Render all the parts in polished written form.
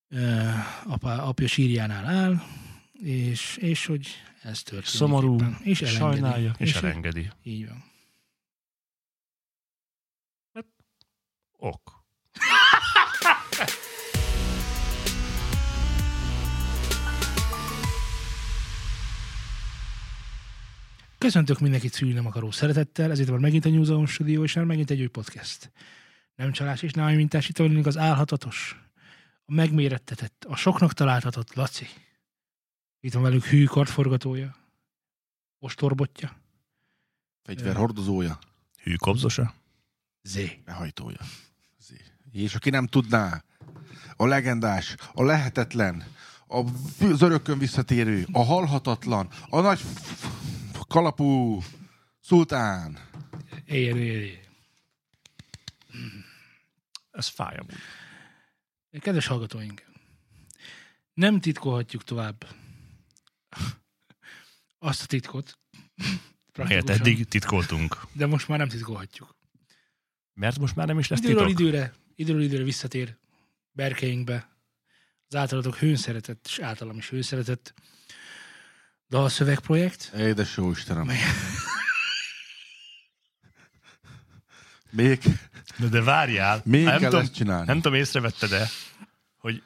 apja sírjánál áll, és hogy ez történik. Szomorú, és sajnálja, és elengedi. Így van. Ok. Köszöntök mindenkit szülni nem akaró szeretettel, ezért van megint a New Zealand Studio, és már megint egy új podcast. Nem csalás és nem mintás, itt vagyunk az álhatatos, a megmérettetett, a soknak találtatott Laci. Itt van velünk hű kartforgatója, ostorbotja, fegyverhordozója, hű kobzosa, behajtója. És aki nem tudná, a legendás, a lehetetlen, az örökkön visszatérő, a halhatatlan, a nagy kalapú szultán. Ér. Ez fáj amúgy. Kedves hallgatóink, nem titkolhatjuk tovább azt a titkot. Miért eddig titkoltunk? De most már nem titkolhatjuk. Mert most már nem is lesz titok? Időről időre visszatér berkeinkbe az általatok hőnszeretett, és általam is hőnszeretett dalszövegprojekt. Édes jó Istenem. Még De várjál. kell ezt csinálni. Nem tudom, észrevetted-e, hogy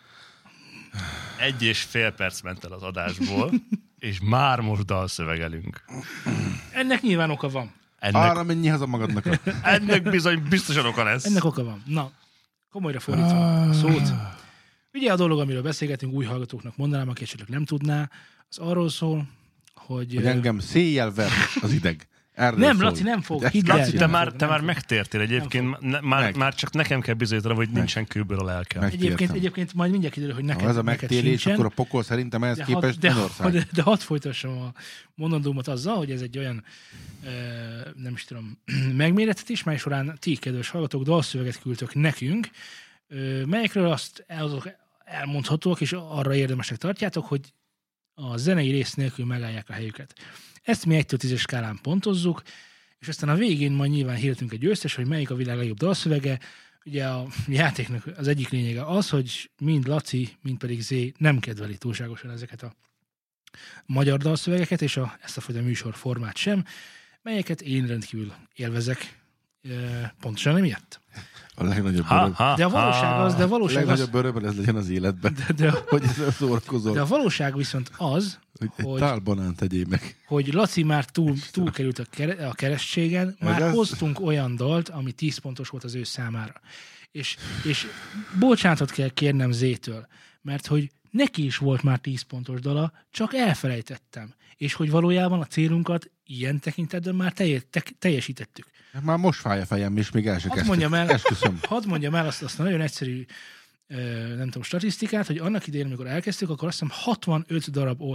1,5 perc ment el az adásból, és már most dalszövegelünk. Ennek nyilván oka van. Arra mennyi haza magadnak. Ennek biztosan oka lesz. Ennek oka van. Na, komolyra fordítva a szót. Ugye a dolog, amiről beszélgetünk, új hallgatóknak mondanám, aki esetleg nem tudná, az arról szól, hogy engem széjjel ver az ideg. Erről nem, szól. Laci nem fog. Laci, te már megtértél egyébként, már csak nekem kell bizonyítanom, hogy nincsen kőből a lelkem. Egyébként majd mindjárt kiderül, hogy neked, ez a megtérés, akkor a pokol szerintem ehhez képest Magyarország. De hadd folytassam a mondandómat azzal, hogy ez egy olyan nem is tudom, megmérettetés, mely során ti, kedves hallgatók, dalszöveget küldtök nekünk, melyekről azok elmondhatóak, és arra érdemesek tartjátok, hogy a zenei rész nélkül megállják a helyüket. Ezt mi 1-től 10-es skálán pontozzuk, és aztán a végén majd nyilván hirdetünk egy győztes, hogy melyik a világ legjobb dalszövege. Ugye a játéknak az egyik lényege az, hogy mind Laci, mind pedig Zé nem kedveli túlságosan ezeket a magyar dalszövegeket, és ezt a fajta műsorformát sem, melyeket én rendkívül élvezek, pontosan emiatt. A legnagyobb öröm. De a valóság az... legnagyobb öröm ez legyen az életben, hogy ezzel szórakozol. De a valóság viszont az, hogy tálbanán tegyél meg. Hogy Laci már túlkerült a keresztségen, már hoztunk olyan dalt, ami 10 pontos volt az ő számára. És bocsánatot kell kérnem Zétől, mert hogy neki is volt már 10 pontos dala, csak elfelejtettem. És hogy valójában a célunkat ilyen tekintetben már teljesítettük. Már most fáj a fejem, és még el se kezdtük. Hadd mondjam el azt a nagyon egyszerű nem tudom, statisztikát, hogy annak idején, amikor elkezdtük, akkor azt hiszem 65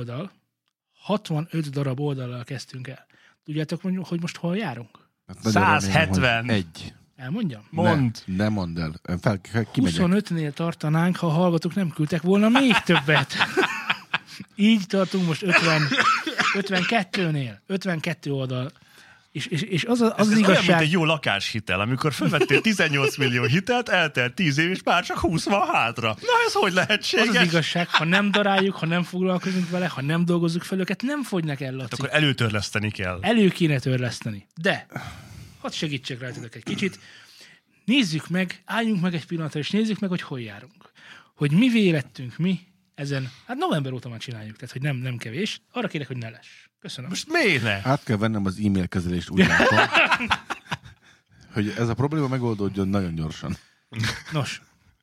darab oldallal kezdtünk el. Tudjátok, hogy most hol járunk? 171. Elmondjam? Ne mondd el. 25-nél tartanánk, ha a hallgatók nem küldtek volna még többet. Így tartunk most 52-nél. 52 oldal. És az igazság... olyan, mint egy jó lakáshitel, amikor felvettél 18 millió hitelt, eltelt 10 év, és már csak 20 van hátra. Na ez hogy lehetséges? Az igazság, ha nem daráljuk, ha nem foglalkozunk vele, ha nem dolgozzuk fel őket, nem fogynak el, Laci. Hát akkor előtörleszteni kell. Elő kéne törleszteni. De, hadd segítsek rajtatok egy kicsit. Nézzük meg, álljunk meg egy pillanatra, és nézzük meg, hogy hol járunk. Hogy mi vélettünk, mi ezen, hát november óta már csináljuk, tehát hogy nem kevés. Arra kérek, hogy ne less. Köszönöm. Most miért ne? Át kell vennem az e-mail kezelést, úgy látom, hogy ez a probléma megoldódjon nagyon gyorsan. Nos.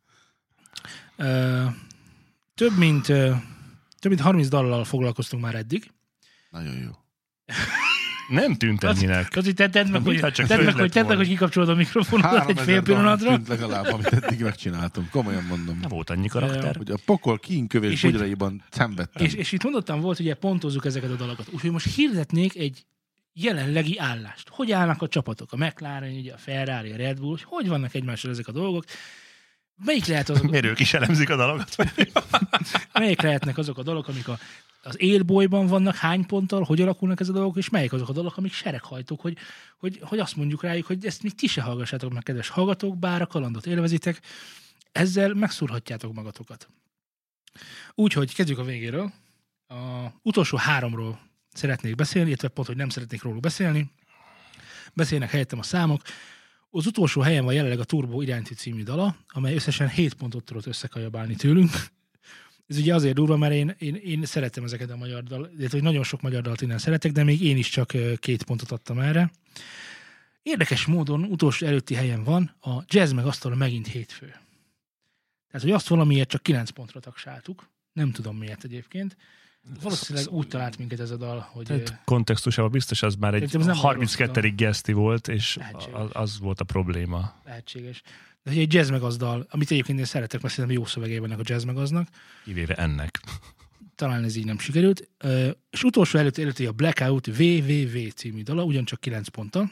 Több mint 30 dallal foglalkoztunk már eddig. Nagyon jó. Nem tűnt ennyinek. Tedd meg, hogy kikapcsolod a mikrofonodat egy fél pillanatra. Tűnt legalább, amit eddig megcsináltunk. Komolyan mondom. Nem volt annyi karakter. Hogy a pokol kínykövés bugyraiban szenvedtem. És itt mondottam volt, hogy pontozzuk ezeket a dalokat. Úgyhogy most hirdetnék egy jelenlegi állást. Hogy állnak a csapatok? A McLaren, ugye a Ferrari, a Red Bull, hogy vannak egymással ezek a dolgok? Melyik lehet azok? Miért ők is elemzik a dalokat? Melyik lehetnek azok a dalok, amik az élbolyban vannak, hány ponttal, hogy alakulnak ez a dolgok, és melyik azok a dalok, amik sereghajtók, hogy azt mondjuk rájuk, hogy ezt még ti se hallgassátok meg, kedves hallgatók, bár a kalandot élvezitek, ezzel megszúrhatjátok magatokat. Úgyhogy kezdjük a végéről. A utolsó 3-ról szeretnék beszélni, illetve pont, hogy nem szeretnék róluk beszélni. Beszélnek helyettem a számok. Az utolsó helyen van jelenleg a Turbo iránytű című dala, amely összesen 7 pontot tudott összekajabálni tőlünk. Ez ugye azért durva, mert én szeretem ezeket a magyar dal, illetve nagyon sok magyar dalt innen szeretek, de még én is csak 2 pontot adtam erre. Érdekes módon utolsó előtti helyen van a Jazz meg asztal megint hétfő. Tehát, hogy azt valamiért csak 9 pontra tagsáltuk. Nem tudom miért egyébként. Valószínűleg úgy talált minket ez a dal, hogy... Kontextusában biztos az már egy 32. geszti volt, és Lehetséges. az volt a probléma. Lehetséges. De hogy egy Jazz meg az dal, amit egyébként én szeretek, mert szerintem jó szövegei vannak a Jazz meg aznak. Kivéve ennek. Talán ez így nem sikerült. És utolsó előtti a Blackout WWW című dala, ugyancsak 9 ponttal.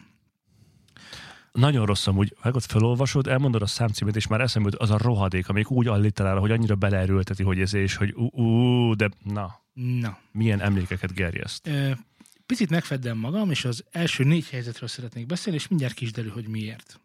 Nagyon rossz amúgy, ha ott felolvasod, elmondod a számcímet, és már eszembe jut az a rohadék, amelyik úgy alliterál, hogy annyira beleerőlteti, hogy ez és hogy de Na. milyen emlékeket gerjeszt. Picit megfeddem magam, és az első 4 helyzetről szeretnék beszélni, és mindjárt ki is derül, hogy miért.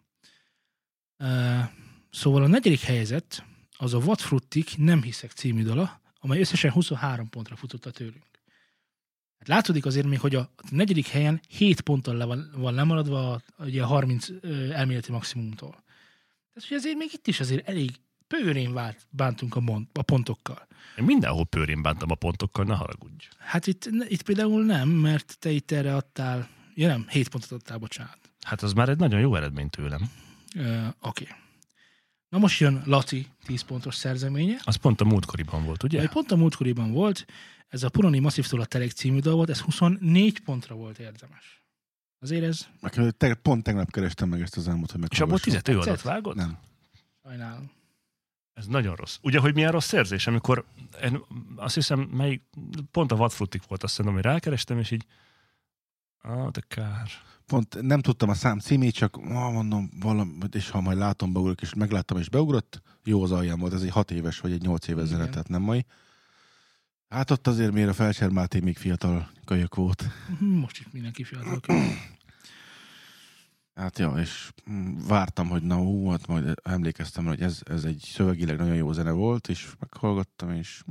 Szóval a 4. helyzet az a What Fruttik Nem hiszek című dala, amely összesen 23 pontra futotta tőlünk. Hát látszódik azért még, hogy a 4. helyen 7 ponttal van lemaradva ugye a 30 elméleti maximumtól. Tehát, hogy azért még itt is azért elég pőrén bántunk a pontokkal. Én mindenhol pőrén bántam a pontokkal, ne haragudj. Hát itt például nem, mert te itt erre adtál, nem, 7 pontot adtál, bocsánat. Hát az már egy nagyon jó eredmény tőlem. Oké. Na most jön Laci 10 pontos szerzeménye. Az pont a múltkoriban volt, ugye? Pont a múltkoriban volt. Ez a Punani Masszívtól a Telek című dal volt, ez 24 pontra volt érdemes. Azért ez... Pont tegnap kerestem meg ezt az álmot, hogy És abból meghallgassam. 10 ő adott, vágod? Nem. Sajnálom. Ez nagyon rossz. Ugye, hogy milyen rossz érzés, amikor én azt hiszem, pont a Vadfrutik volt, azt hiszem, hogy rákerestem, és így de kár. Pont nem tudtam a szám címét, csak mondom valami, és ha majd látom, beugrok, és megláttam, és beugrott, jó az alján volt, ez egy 6 éves, vagy egy 8 éves zene, tehát nem mai. Hát ott azért miért a Felcser Máté még fiatal kölyök volt. Most is mindenki fiatal kölyök. Hát ja, és vártam, hogy hát majd emlékeztem, hogy ez egy szövegileg nagyon jó zene volt, és meghallgattam, és...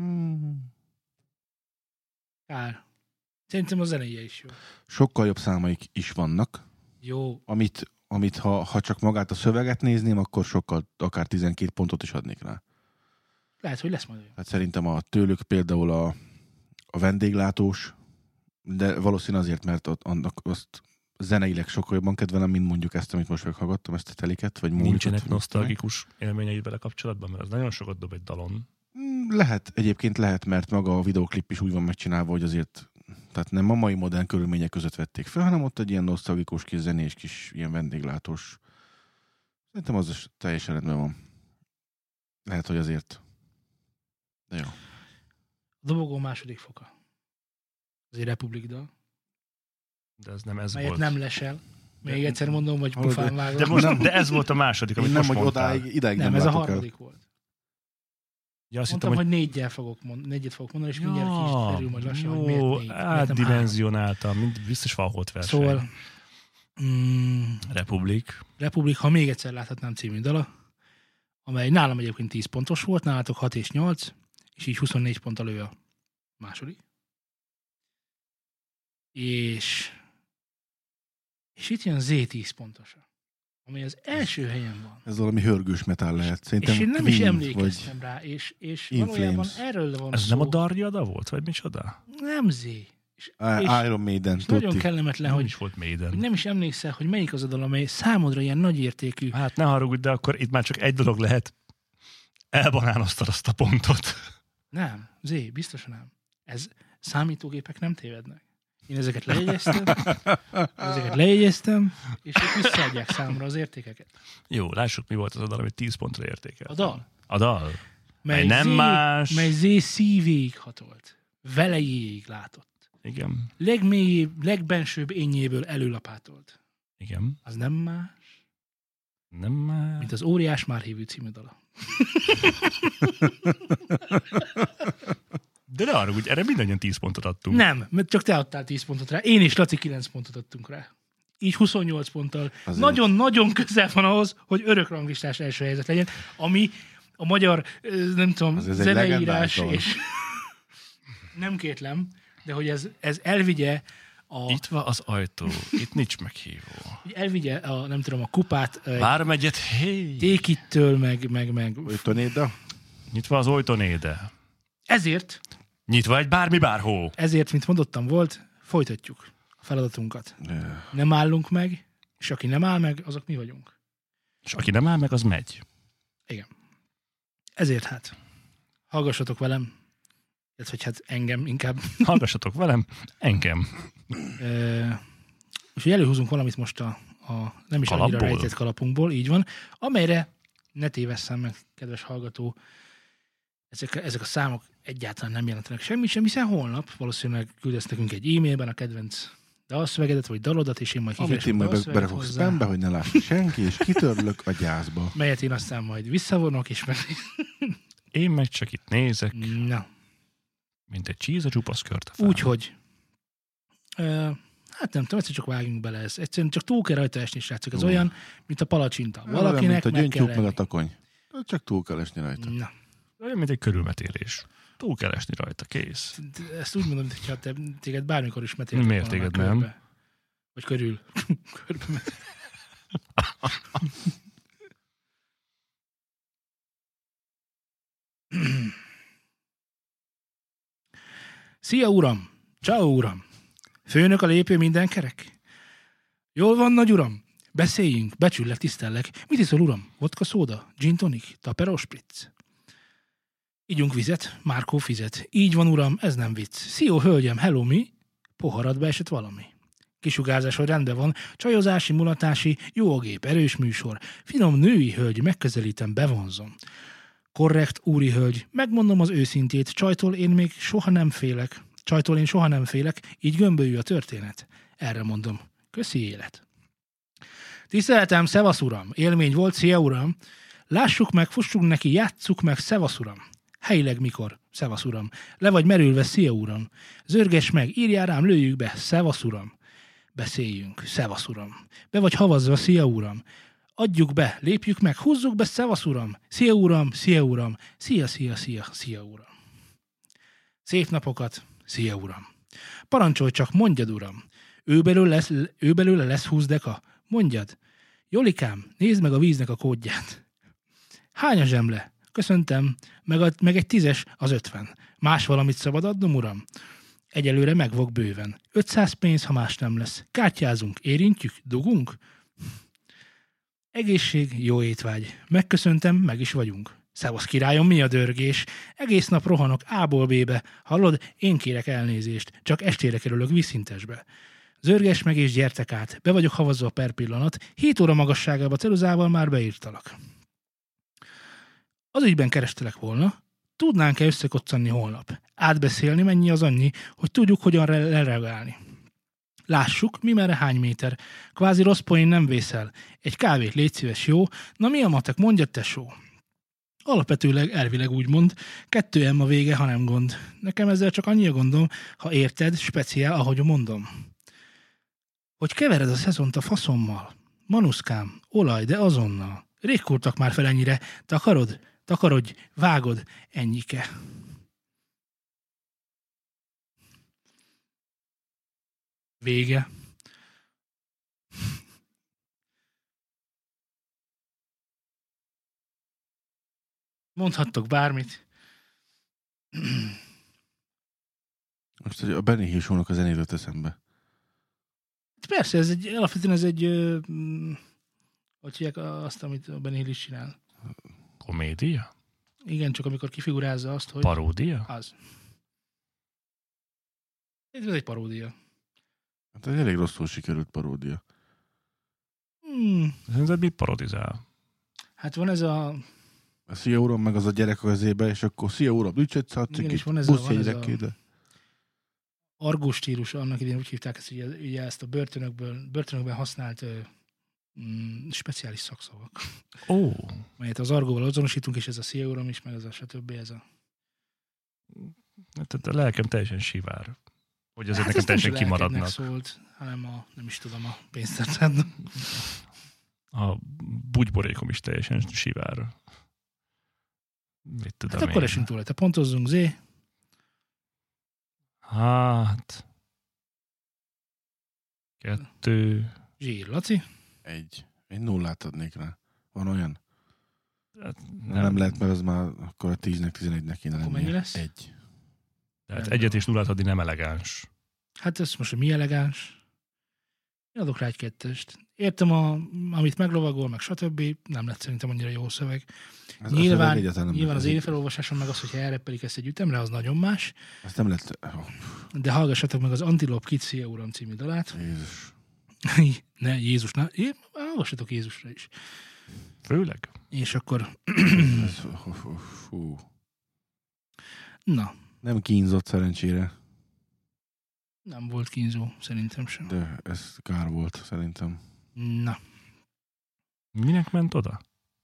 Kár. Szerintem a zenéje is jó. Sokkal jobb számaik is vannak. Jó. Amit ha csak magát a szöveget nézném, akkor sokkal, akár 12 pontot is adnék rá. Lehet, hogy lesz majd olyan. Hát szerintem tőlük például a vendéglátós, de valószínű azért, mert annak azt zeneileg sokkal jobban kedvelem, mint mondjuk ezt, amit most meghallgattam, ezt a Teliket, vagy Nincsenek nosztalgikus élményeid vele kapcsolatban, mert az nagyon sokat dob egy dalon. Egyébként lehet, mert maga a videoklip is úgy van megcsinálva, hogy azért, tehát nem a mai modern körülmények között vették fel, hanem ott egy ilyen nosztalgikus kis zenés, kis ilyen vendéglátós. Szerintem az is teljesen rendben van. Lehet, hogy azért. De jó. A dobogó második foka. Ez egy Republic dal. De ez nem ez melyet volt. nem lesel. Még egyszer mondom, vagy pufán vágom. De ez volt a második, amit nem, most hogy mondtál. idáig Nem, ez a harmadik volt. Ja, azt Mondtam, hittem, hogy 4-jel fogok mondani, és mindjárt ki is derül majd lassan, hogy miért 4. Átdimenzionáltam, biztos van volt verseny. Szóval Republic, ha még egyszer láthatnám című dala, amely nálam egyébként 10 pontos volt, nálatok 6 és 8, és így 24 ponttal ő a második. És itt jön Z 10 pontosa, ami az első helyen van. Ez valami hörgős metál lehet. Szerintem és én nem Queen, is emlékeztem rá, és valójában erről van ez szó. nem a Darjada volt, vagy micsoda? Nem Z. Iron Maiden, nagyon kellemetlen, hogy is volt Maiden. Nem is emlékszel, hogy melyik az a dal, amely számodra ilyen nagy értékű. Hát ne haragudj, de akkor itt már csak egy dolog lehet. Elbanánoztad azt a pontot. Nem, biztosan nem. Ez számítógépek nem tévednek. Én ezeket lejegyeztem, és ők visszaadják számomra az értékeket. Jó, lássuk, mi volt az a dal, amit 10 pontra értékel. A dal? Mely nem más. Mely Z szívéig hatolt. Velejéig látott. Igen. Legmélyébb, legbensőbb énjéből előlapátolt. Igen. Az nem más. Nem más. Mint az Óriás Márhívű című dala. De ne arra, hogy erre mindannyian 10 pontot adtunk. Nem, mert csak te adtál 10 pontot rá. Én és Laci 9 pontot adtunk rá. Így 28 ponttal. Nagyon-nagyon közel van ahhoz, hogy örök ranglistás első helyzet legyen, ami a magyar, nem tudom, Az ez egy zeneírás, legendás dal. és nem kétlem, de hogy ez elvigye Itt van az ajtó, itt nincs meghívó. hogy elvigye nem tudom, a kupát Vármegyet, hé! Tékittől, meg. Ötönéda? Nyitva az ajtónéde. Ezért, Nyitva egy bármi bárhol. mint mondottam volt, folytatjuk a feladatunkat. Nem állunk meg, és aki nem áll meg, azok mi vagyunk. És aki nem áll meg, az megy. Igen. Ezért hát, hallgassatok velem, illetve hogy hát engem inkább. Hallgassatok velem, engem. És hogy előhúzunk valamit most a nem is annyira Kalapból? rejtett kalapunkból, így van, amelyre ne tévesszem meg, kedves hallgató, ezek a számok egyáltalán nem jelentenek semmit sem, hiszen holnap valószínűleg küldesz nekünk egy e-mailben a kedvenc dalszövegedet, vagy dalodat, és én majd Amit én kikeresem a majd dalszöveget berakok hozzá, spambe, hogy ne lássa senki, és kitörlök a gyászba. melyet én aztán majd visszavonok, és meg... Én meg csak itt nézek, Na, mint egy csíz a csupasz kört a fán. úgyhogy hát nem tudom, egyszer csak vágjunk bele ez. Egyszerűen csak túl kell rajta esni, srácok. Ez olyan, mint a palacsinta. Olyan, Valakinek mint a meg kell gyöngytyúk meg a lenni. takony. Csak túl kell esni rajta. Na, Olyan, mint egy körülmetélés. Túl kell esni rajta, kész. ezt úgy mondom, mintha téged bármikor is metéltek Miért volna téged már nem? körbe. Vagy körül. Körbe metél. Szia, uram! Ciao, uram! Főnök a lépő minden kerek? Jól van, nagy uram? Beszéljünk, becsüllek, tisztellek. Mit iszol, uram? Vodka szóda? Gin tonic? Taperó spritz? Ígyunk vizet, Márkó fizet. Így van, uram, ez nem vicc. Szió, hölgyem, hello, mi? Poharadba esett valami. Kisugárzás, hogy rendben van, csajozási, mulatási, jó a gép, erős műsor. Finom női hölgy, megközelítem, bevonzom. Korrekt, úri hölgy, megmondom az őszintét, csajtól én soha nem félek, így gömbölyű a történet. Erre mondom, köszi élet. Tiszteletem, szevasz uram, élmény volt, szia uram. Lássuk meg, fussunk neki, játsszuk meg, szevasz uram. Helyileg mikor, szevasz uram. Le vagy merülve, szia uram. Zörges meg, írjál rám, lőjük be, szevasz uram. Beszéljünk, szevasz uram. Be vagy havazva, szia uram. Adjuk be, lépjük meg, húzzuk be, szevasz uram. Szia uram, szia uram. Szia, szia, szia, szia uram. Szép napokat, szia uram. Parancsolj csak, mondjad uram. Ő belőle lesz 20 deka. Mondjad. Jolikám, nézd meg a víznek a kódját. Hány a zsemle? Köszöntem, meg egy 10-es az 50. Más valamit szabad adnom, uram? Egyelőre megvog bőven. 500 pénz, ha más nem lesz. Kártyázunk, érintjük, dugunk? Egészség, jó étvágy. Megköszöntem, meg is vagyunk. Szevasz királyom, mi a dörgés? Egész nap rohanok A-ból B-be. Hallod, én kérek elnézést. Csak estére kerülök vízszintesbe. Zörges meg és gyertek át. Be vagyok havazva per pillanat. 7 óra magasságába ceruzával már beírtalak. Az ügyben kerestelek volna. Tudnánk-e összekoccanni holnap? Átbeszélni, mennyi az annyi, hogy tudjuk, hogyan reagálni. Lássuk, mi merre hány méter. Kvázi rossz poén nem vészel. Egy kávét légy szíves, jó? Na mi a matek, mondjad tesó. Alapvetőleg elvileg úgy mond, 2M a vége, ha nem gond. Nekem ezzel csak annyi a gondom, ha érted, speciál, ahogy mondom. Hogy kevered a szezont a faszommal. Manuszkám, olaj, de azonnal. Rég kurtak már fel ennyire. Takarodj, vágod, ennyike. Vége. Mondhattok bármit. Most a Benny Hill Show-nak a zenéről eszembe. Persze, alapvetően ez egy hogy hívják azt, amit a Benny Hill is csinál. Komédia? Igen, csak amikor kifigurázza azt, hogy... Paródia? Az. Ez egy paródia. Hát ez elég rosszul sikerült paródia. Szerinted mit parodizál? Hát van ez a... A szia uram, meg az a gyerek a kezébe, és akkor szia uram, lücsöt szart, Igen, és csak van egy ez a- buszjegyre van ez a- de... argós stílus, annak idén úgy hívták ezt, ugye ezt a börtönökben használt speciális szakszavak, Ó, melyet az argóval azonosítunk, és ez a szia uram is, meg ez a stb. Ez a... tehát a lelkem teljesen sivár. Hogy azért Hát nekem ez nem teljesen is a lelkednek kimaradnak. szólt, hanem nem is tudom, a pénztárcádnak. A bugyborékom is teljesen sivár. mit tudom Hát akkor esünk túl, te pontozzunk, Zé. Hát... 2... Zsír, Laci. 1. Egy 0-át adnék rá. Van olyan? Hát Nem lehet, mert az már akkor a 10-nek, 11-nek kéne Akkor lennie. mennyi lesz? 1. Tehát 1 és 0 adni nem elegáns. Hát ez most mi elegáns? Én adok rá egy 2-est. Értem, amit meglovagol, meg stb. Nem lett szerintem annyira jó szöveg. Nyilván az én felolvasásom meg az, hogyha elreppelik ezt egy ütemre, az nagyon más. Azt nem lett... De hallgassatok meg az Antilop Kitsia Uram című dalát. Jézus. Ne, Jézus, hallgassatok Jézusra is. Főleg. És akkor... Fú. Na, Nem kínzott szerencsére, nem volt kínzó, szerintem sem. de ez kár volt szerintem. Na, Minek ment oda?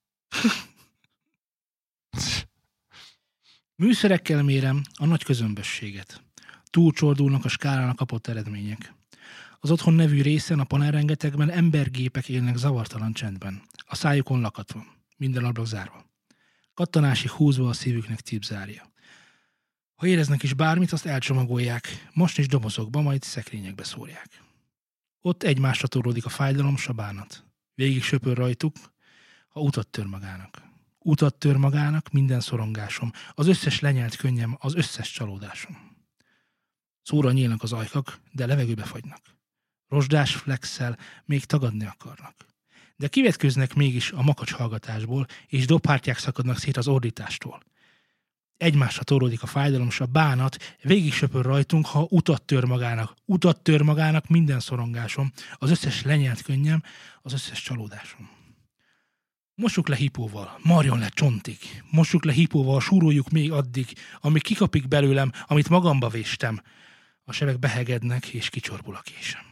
műszerekkel mérem a nagy közömbösséget. Túlcsordulnak a skálán a kapott eredmények. Az otthon nevű részen a panelrengetegben embergépek élnek zavartalan csendben. A szájukon lakatva, minden ablak zárva. Kattanásig húzva a szívüknek cipzárja. Ha éreznek is bármit, azt elcsomagolják, most is dobozokba, majd szekrényekbe szórják. Ott egymásra torlódik a fájdalom, s a bánat. Végig söpör rajtuk, ha utat tör magának. Utat tör magának minden szorongásom, az összes lenyelt könnyem, az összes csalódásom. Szóra nyílnak az ajkak, de levegőbe fagynak. Rozsdás flexsel még tagadni akarnak. De kivetköznek mégis a makacs hallgatásból, és dobhártyák szakadnak szét az ordítástól. Egymásra torlódik a fájdalom, s a bánat, végig söpör rajtunk, ha utat tör magának minden szorongásom, az összes lenyelt könnyem, az összes csalódásom. Mossuk le hipóval, marjon le csontig, mossuk le hipóval, súroljuk még addig, amíg kikapik belőlem, amit magamba véstem. A sebek behegednek, és kicsorbul a késem.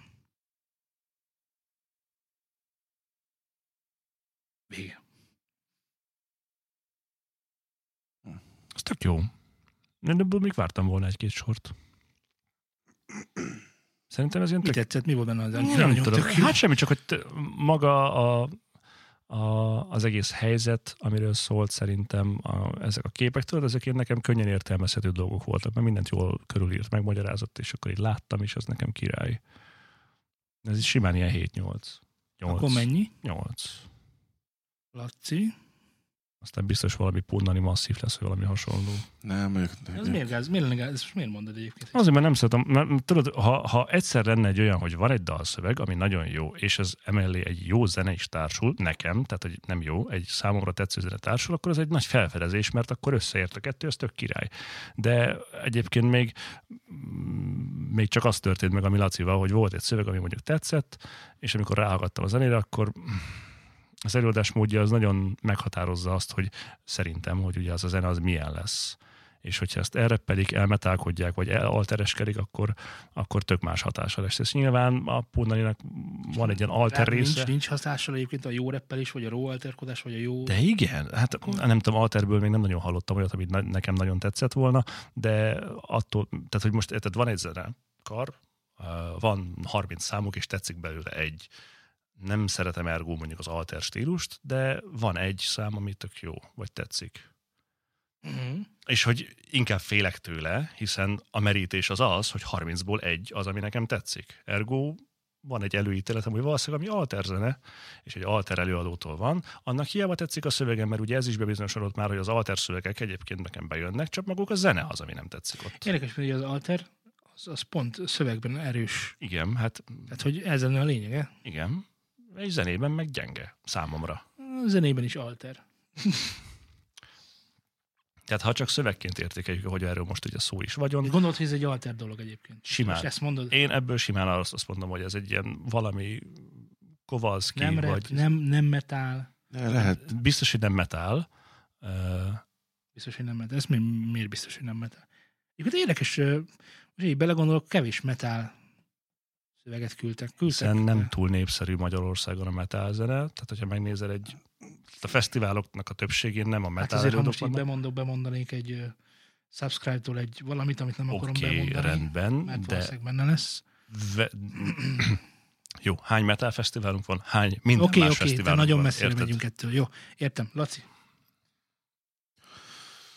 Vége. Ez tök jó. Én ebből még vártam volna egy-két sort. Szerintem ez ilyen Mi tetszett? Mi volt benne az? Nem tudom. Hát semmi, csak hogy maga az egész helyzet, amiről szólt szerintem ezek a képek, tudod, ezek ilyen nekem könnyen értelmezhető dolgok voltak, mert mindent jól körülírt, megmagyarázott, és akkor így láttam, és az nekem király. Ez is simán ilyen 7-8. 8. Akkor mennyi? 8. Laci? Aztán biztos valami punnani masszív lesz, vagy valami hasonló. Nem, Ez miért gáz? Ezt miért mondod egyébként? Azért, mert nem szeretem. Tudod, ha egyszer lenne egy olyan, hogy van egy dalszöveg, ami nagyon jó, és ez emellé egy jó zene is társul, nekem, tehát hogy nem jó, egy számomra tetsző zene társul, akkor ez egy nagy felfedezés, mert akkor összeért a kettő, ez tök király. De egyébként még csak az történt meg, ami Lacival, hogy volt egy szöveg, ami mondjuk tetszett, és amikor ráhallgattam a zenére, akkor az előadás módja az nagyon meghatározza azt, hogy szerintem, hogy ugye az a zene az milyen lesz. És hogyha ezt elreppelik, elmetálkodják, vagy elaltereskedik, akkor tök más hatása lesz. És nyilván a Punnaninak van egy ilyen alter része. Nincs hatással egyébként a jó reppelés, vagy a raw alterkodás, vagy a jó... De igen, hát nem tudom, alterből még nem nagyon hallottam olyat, amit nekem nagyon tetszett volna, de attól, tehát hogy most érted, van egy zenekar, van 30 számuk, és tetszik belőle egy. Nem szeretem ergo mondjuk az alter stílust, de van egy szám, ami tök jó, vagy tetszik. Uh-huh. És hogy inkább félek tőle, hiszen a merítés az, hogy 30-ból egy az, ami nekem tetszik. Ergo van egy előítéletem, hogy valószínűleg ami alter zene, és egy alter előadótól van, annak hiába tetszik a szövegem, mert ugye ez is bebizonyosodott már, hogy az alter szövegek egyébként nekem bejönnek, csak maguk a zene az, ami nem tetszik ott. Érdekes, hogy az alter az pont szövegben erős. Igen, hát... Tehát, hogy ez lenne a lényege. Igen. Egy zenében meg gyenge számomra. A zenében is alter. Tehát ha csak szövegként értékeljük, hogy erről most ugye szó is vagyon. Gondolod, hogy ez egy alter dolog egyébként? Simán. Most ezt mondod? Én ebből simán azt mondom, hogy ez egy ilyen valami Kowalski, nem rap, vagy... Nem metál. De lehet. Biztos, hogy nem metál. Biztos, hogy nem metál. Ez miért biztos, hogy nem metál? Egyébként érdekes, most így belegondolok, kevés metál szöveget küldtek. Hiszen nem túl népszerű Magyarországon a metal zene, tehát hogyha megnézel a fesztiváloknak a többségén nem a metal. Hát azért, ha most így bemondanék egy Subscribe-tól egy valamit, amit nem akarom bemondani. Oké, rendben, mert valószínűleg benne lesz. Jó, hány metal fesztiválunk van? Hány minden más fesztiválunk nagyon van? messzire Érted? megyünk ettől. Jó, értem. Laci?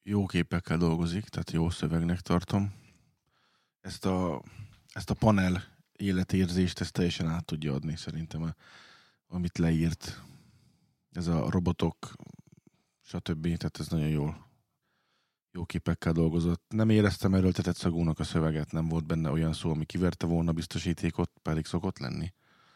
jó képekkel dolgozik, tehát jó szövegnek tartom. Ezt a panel életérzést, ezt teljesen át tudja adni szerintem, amit leírt. Ez a robotok, stb. Tehát ez nagyon jó képekkel dolgozott. Nem éreztem erőltetett szagúnak a szöveget, nem volt benne olyan szó, ami kiverte volna biztosítékot, pedig szokott lenni.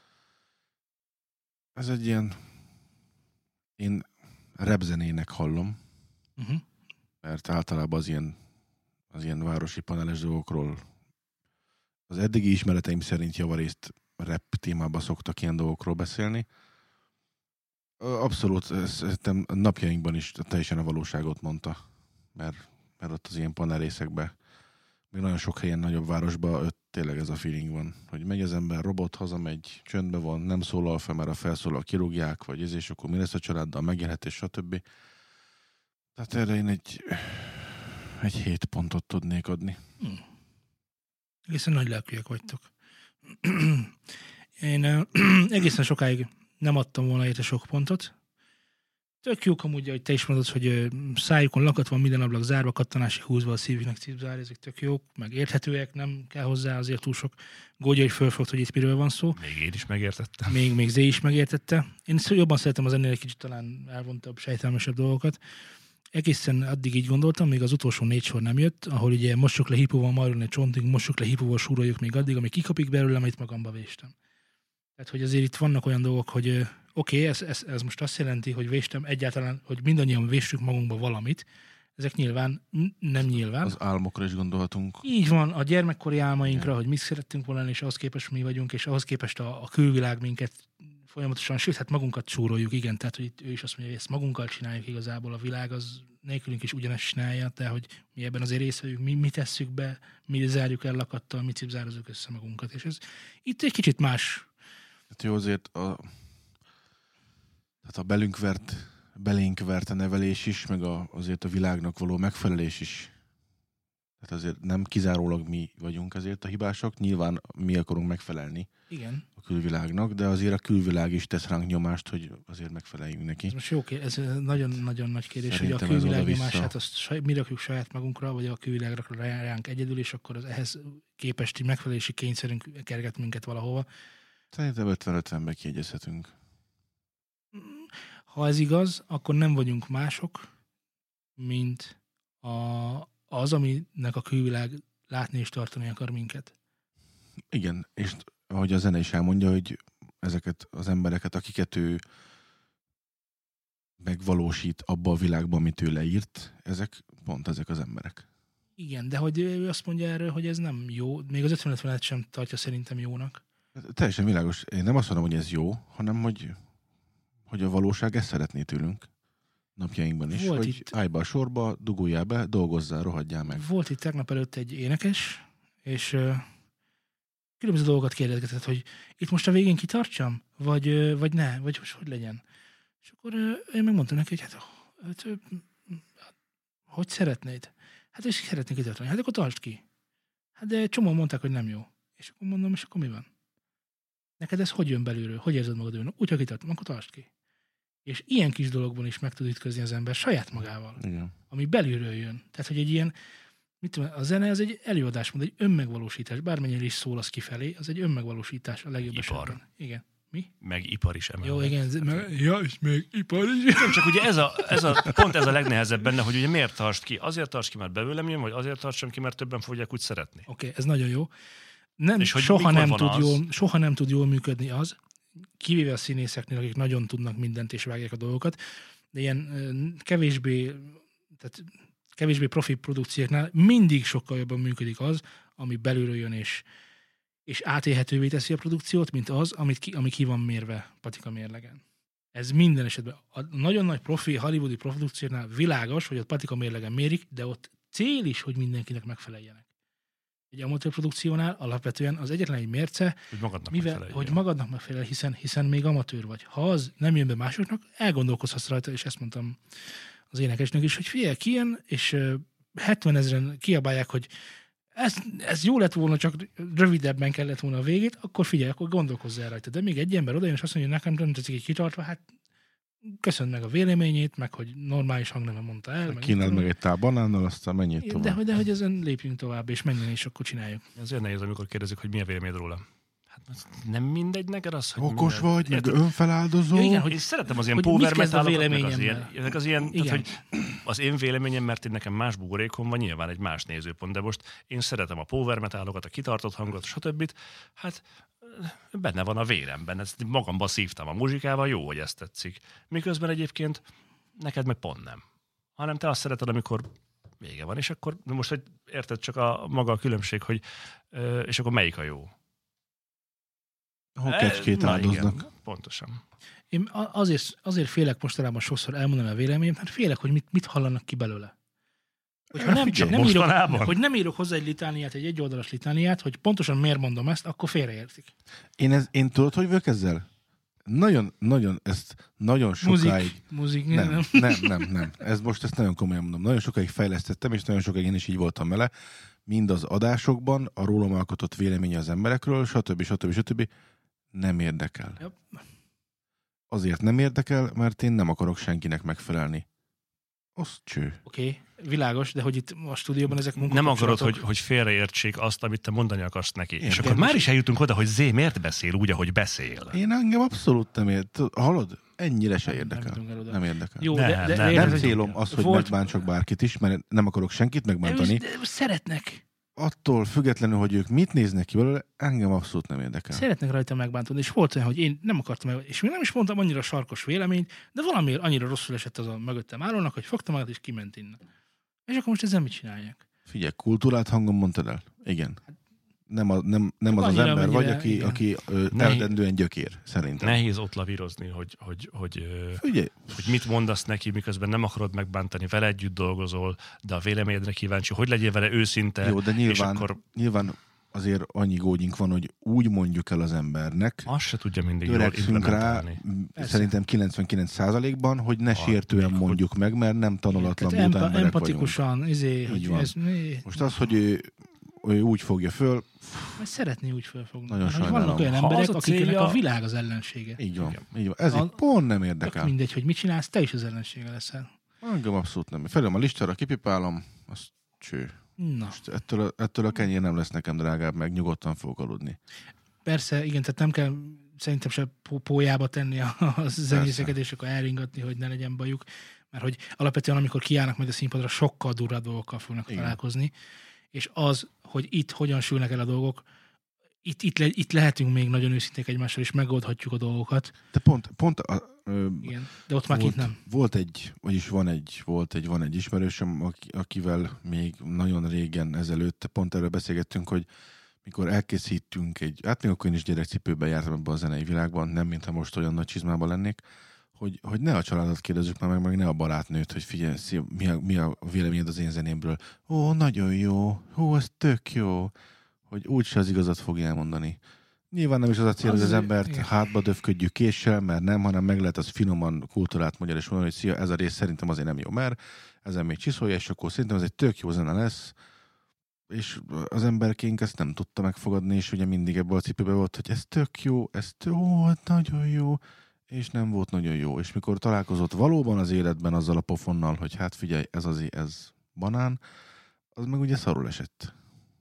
Ez egy ilyen, én repzenének hallom, mert általában az ilyen városi paneles dolgokról az eddigi ismereteim szerint javarészt rap témában szoktak ilyen dolgokról beszélni. Abszolút, szerintem napjainkban is teljesen a valóságot mondta, mert ott az ilyen panel részekben, még nagyon sok helyen, nagyobb városban tényleg ez a feeling van, hogy megy az ember, robot, hazamegy, csöndben van, nem szólal fel, mert a felszólal kirúgják, vagy és akkor mi lesz a családdal, megélhetés, stb. Tehát erre én egy 7 pontot tudnék adni. Egészen nagy lelkűek vagytok. Én egészen sokáig nem adtam volna érte sok pontot. Tök jók amúgy, hogy te is mondod, hogy szájukon lakat van, minden ablak zárva, kattanási húzva, a szívüknek cipzár, ezek tök jók, meg érthetőek, nem kell hozzá azért túl sok gógya, hogy fölfogd, hogy itt miről van szó. Még én is megértettem. Még Zé is megértette. Én jobban szeretem az ennél egy kicsit talán elvontabb, sejtelmesebb dolgokat. Egészen addig így gondoltam, még az utolsó 4 sor nem jött, ahol ugye mossuk le hipóval marulni egy csontig, mossuk le hipóval súroljuk még addig, amíg kikapik belőle, amit magamba véstem. Tehát, hogy azért itt vannak olyan dolgok, hogy oké, ez most azt jelenti, hogy véstem egyáltalán, hogy mindannyian véssük magunkba valamit. Ezek nyilván, nem nyilván. Az álmokra is gondolhatunk. Így van, a gyermekkori álmainkra, hogy mit szerettünk volna, és ahhoz képest mi vagyunk, és ahhoz képest a külvilág minket folyamatosan, sőt, hát magunkat súroljuk, igen, tehát hogy itt ő is azt mondja, hogy ezt magunkkal csináljuk igazából, a világ az nélkülünk is ugyanezt csinálja, de hogy mi ebben azért részt vagyunk, mi tesszük be, mi zárjuk el lakattal, mi cipzározunk össze magunkat, és ez itt egy kicsit más. Hát jó, azért a belénk vert a nevelés is, meg azért a világnak való megfelelés is. Tehát azért nem kizárólag mi vagyunk azért a hibások, nyilván mi akarunk megfelelni igen. A külvilágnak, de azért a külvilág is tesz ránk nyomást, hogy azért megfeleljünk neki. Ez most jó ez nagyon-nagyon nagy kérdés, Szerintem hogy a külvilág oda-vissza. nyomását azt mi rakjuk saját magunkra, vagy a külvilágra ránk egyedül, és akkor az ehhez képesti megfelelési kényszerünk kerget minket valahova. Szerintem 50-50-ben kiegyezhetünk. Ha ez igaz, akkor nem vagyunk mások, mint az, aminek a külvilág látni és tartani akar minket. Igen, és ahogy a zene is elmondja, hogy ezeket az embereket, akiket ő megvalósít abba a világban, amit ő leírt, pont ezek az emberek. Igen, de hogy ő azt mondja erről, hogy ez nem jó, még az 50-50-et sem tartja szerintem jónak. Teljesen világos. Én nem azt mondom, hogy ez jó, hanem hogy a valóság ezt szeretné tőlünk napjainkban is, volt hogy itt, állj be a sorba, duguljál be, dolgozzál, rohadjál meg. Volt itt tegnap előtt egy énekes, és különböző dolgokat kérdezgetett, hogy itt most a végén kitartsam, vagy ne, vagy hogy legyen. És akkor én megmondtam neki, hogy hát hogy szeretnéd? Hát és szeretnék kitartani. Hát akkor tartsd ki. Hát de csomóan mondták, hogy nem jó. És akkor mondom, és akkor mi van? Neked ez hogy jön belülről? Hogy érzed magad őn? Úgy, ha kitartom, akkor tartsd ki. És ilyen kis dologban is meg tud ütközni az ember saját magával. Igen. Ami belülről jön. Tehát, hogy egy ilyen, mit tudom, a zene az egy előadásmód, egy önmegvalósítás. Bármennyire is szól az kifelé, az egy önmegvalósítás a legjobb Ipar. esetben. Igen. Mi? Meg ipar is emellett. Jó, igen. Ja, és még ipar is. Nem, csak ugye pont ez a legnehezebb benne, hogy ugye miért tartsd ki? Azért tartsd ki, mert belőlem jön, vagy azért tartsam ki, mert többen fogják úgy szeretni. Oké, ez nagyon jó. Nem, És hogy soha nem tud jól működni az, kivéve a színészeknél, akik nagyon tudnak mindent és vágják a dolgokat, de ilyen kevésbé profi produkcióknál mindig sokkal jobban működik az, ami belülről jön és átélhetővé teszi a produkciót, mint az, ami ki van mérve patika mérlegen. Ez minden esetben. A nagyon nagy profi, hollywoodi produkcióknál világos, hogy ott patika mérlegen mérik, de ott cél is, hogy mindenkinek megfeleljenek. Egy amatőr produkciónál alapvetően az egyetlen egy mérce, hogy magadnak megfelel, hiszen még amatőr vagy. Ha az nem jön be másoknak, elgondolkozhatsz rajta, és ezt mondtam az énekesnek is, hogy figyelj, kijön, és 70 000-en kiabálják, hogy ez jó lett volna, csak rövidebben kellett volna a végét, akkor figyelj, akkor gondolkozzál rajta. De még egy ember odajön, és azt mondja, hogy nekem nem tetszik így kitartva, hát köszönd meg a véleményét, meg hogy normális hangneven mondta el. Kínáld meg egy tál banánnal, aztán menjél tovább. De hogy ezen lépjünk tovább, és menjen, és akkor csináljuk. Azért nehéz, amikor kérdezik, hogy mi a véleményed róla. Hát nem mindegy neked az, hogy okos vagy, meg önfeláldozó. Ja, igen, én szeretem az ilyen hogy power mit kezd a metálokat, véleményemmel? az ilyen tehát, hogy az én véleményem, mert én nekem más buborékom van, nyilván egy más nézőpont, de most én szeretem a power metálokat, a kitartott hangot, stb. Hát benne van a véremben, ezt magamba szívtam a muzsikával, jó, hogy ezt tetszik. Miközben egyébként neked meg pont nem. Hanem te azt szereted, amikor vége van, és akkor most, hogy érted csak a maga a különbség, hogy és akkor melyik a jó? Hol kecskét áldoznak. Igen, pontosan. Én azért félek mostanában sokszor elmondani a véleményem, mert félek, hogy mit hallanak ki belőle. Hogy nem írok hozzá egy litániát, egy egyoldalas litániát, hogy pontosan miért mondom ezt, akkor félreértik. Én tudod, hogy vagyok ezzel? Nagyon sokáig... Muzik. Nem. Ezt nagyon komolyan mondom. Nagyon sokáig fejlesztettem, és nagyon sokáig én is így voltam vele. Mind az adásokban, a rólam alkotott véleménye az emberekről, stb. Nem érdekel. Yep. Azért nem érdekel, mert én nem akarok senkinek megfelelni. Az cső. Oké, világos, de hogy itt a stúdióban ezek nem akarod, hogy félreértsék azt, amit te mondani akarsz neki. Igen, és akkor már is eljutunk oda, hogy Zé miért beszél úgy, ahogy beszél. Én engem abszolút nem érdekel. Hallod? Ennyire se érdekel. Nem érdekel. Jó, nem célom az, hogy megbántsak bárkit is, mert nem akarok senkit megbántani. De szeretnek. Attól függetlenül, hogy ők mit néznek ki belőle, engem abszolút nem érdekel. Szeretnek rajta megbántani, és volt olyan, hogy én nem akartam, és még nem is mondtam annyira sarkos véleményt, de valamiért annyira rosszul esett az a mögöttem állónak, hogy fogta magát és kiment innen. És akkor most ezzel mit csinálják? Figyelj, kultúrát hangon mondtad el? Igen. Nem az ember vagy, aki eredendően gyökér, szerintem. Nehéz ott lavírozni, hogy mit mondasz neki, miközben nem akarod megbántani, vele együtt dolgozol, de a véleményedre kíváncsi, hogy legyél vele őszinte. Jó, de nyilván azért annyi gógyink van, hogy úgy mondjuk el az embernek. Azt se tudja mindig jól implementálni. Szerintem 99%-ban, hogy ne sértően mondjuk meg, mert nem tanulatlan buta emberek empatikusan, vagyunk. Most az, hogy ő úgy fogja föl. Mert szeretné úgy fölfogni. Nagyon sajnálom. Vannak olyan emberek, akiknek a világ az ellensége. Így van. Ez így pont nem érdekel. Mindegy, hogy mit csinálsz, te is az ellensége leszel. Engem abszolút nem. Felülöm a listára, kipipálom, az cső. Na. Most ettől a kenyér nem lesz nekem drágább, meg nyugodtan fogok aludni. Persze, igen, tehát nem kell szerintem se pólyába tenni a zenészeket, és akkor elringatni, hogy ne legyen bajuk. Mert hogy alapvetően, amikor kiállnak majd a színpadra, sokkal durvább dolgokkal fognak találkozni. És az, hogy itt hogyan sülnek el a dolgok, itt lehetünk még nagyon őszinték egymással, és megoldhatjuk a dolgokat. De pont igen, de ott már kint nem. Van egy ismerősöm, akivel még nagyon régen ezelőtt pont erről beszélgettünk, hogy mikor elkészítünk még akkor én is gyerekcipőben jártam ebben a zenei világban, nem mintha most olyan nagy csizmában lennék, hogy ne a családot kérdezzük meg ne a barátnőt, hogy figyelj, mi a véleményed az én zenémről. Ó, nagyon jó, ez tök jó, hogy úgyse az igazat fogja elmondani. Nyilván nem is az a cél, hogy az embert hátba döfködjük késsel, mert nem, hanem meg lehet az finoman kultúrát magyar, és mondani, hogy szia, ez a rész szerintem azért nem jó, mert ezen még csiszolja, és akkor szerintem ez egy tök jó zene lesz, és az emberkénk ezt nem tudta megfogadni, és ugye mindig ebből a cipőben volt, hogy ez tök jó, nagyon jó, és nem volt nagyon jó. És mikor találkozott valóban az életben azzal a pofonnal, hogy hát figyelj, ez banán, az meg ugye szarul esett.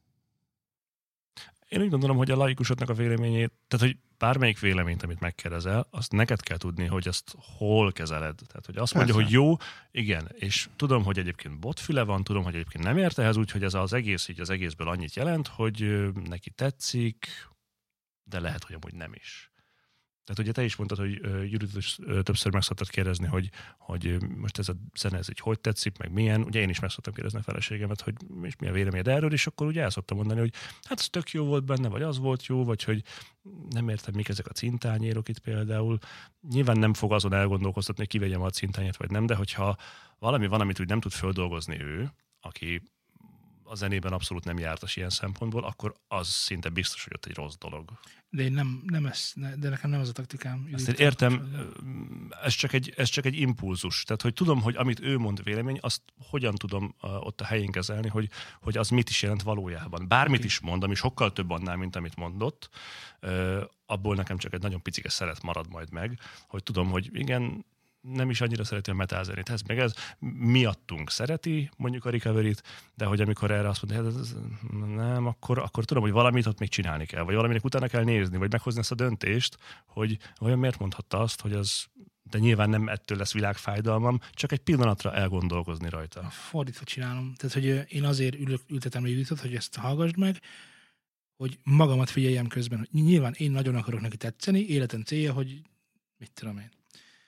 Én úgy gondolom, hogy a laikusoknak a véleményét, tehát hogy bármelyik véleményt, amit megkérdezel, azt neked kell tudni, hogy ezt hol kezeled. Tehát, hogy azt mondja, hogy jó, igen, és tudom, hogy egyébként botfüle van, tudom, hogy egyébként nem ért ehhez, úgyhogy ez az egész, így az egészből annyit jelent, hogy neki tetszik, de lehet, hogy amúgy nem is. Tehát ugye te is mondtad, hogy Judit is többször meg szoktad kérdezni, hogy most ez a zene, ez így hogy tetszik, meg milyen. Ugye én is meg szoktam kérdezni a feleségemet, hogy és mi a véleményed erről, és akkor ugye el szoktam mondani, hogy hát ez tök jó volt benne, vagy az volt jó, vagy hogy nem értem, mik ezek a cintányérok itt például. Nyilván nem fog azon elgondolkoztatni, hogy kivegyem a cintányért, vagy nem, de hogyha valami van, amit úgy nem tud földolgozni ő, aki a zenében abszolút nem jártas ilyen szempontból, akkor az szinte biztos, hogy ott egy rossz dolog. De én de nekem nem az a taktikám. Ezt én értem, ez csak egy impulzus. Tehát, hogy tudom, hogy amit ő mond vélemény, azt hogyan tudom ott a helyén kezelni, hogy az mit is jelent valójában. Bármit is mond, ami sokkal több annál, mint amit mondott, abból nekem csak egy nagyon picike szeret marad majd meg, hogy tudom, hogy igen, nem is annyira szereti a metal zenét. Ez meg ez miattunk szereti, mondjuk a recovery-t, de hogy amikor erre azt mondja, hát ez nem, akkor tudom, hogy valamit ott még csinálni kell, vagy valaminek utána kell nézni, vagy meghozni ezt a döntést, hogy olyan miért mondhatta azt, hogy az, de nyilván nem ettől lesz világfájdalmam, csak egy pillanatra elgondolkozni rajta. Fordítva csinálom. Tehát, hogy én azért ültetem le Juditot, hogy ezt hallgassd meg, hogy magamat figyeljem közben. Hogy nyilván én nagyon akarok neki tetszeni, életem célja, hogy mit tudom én.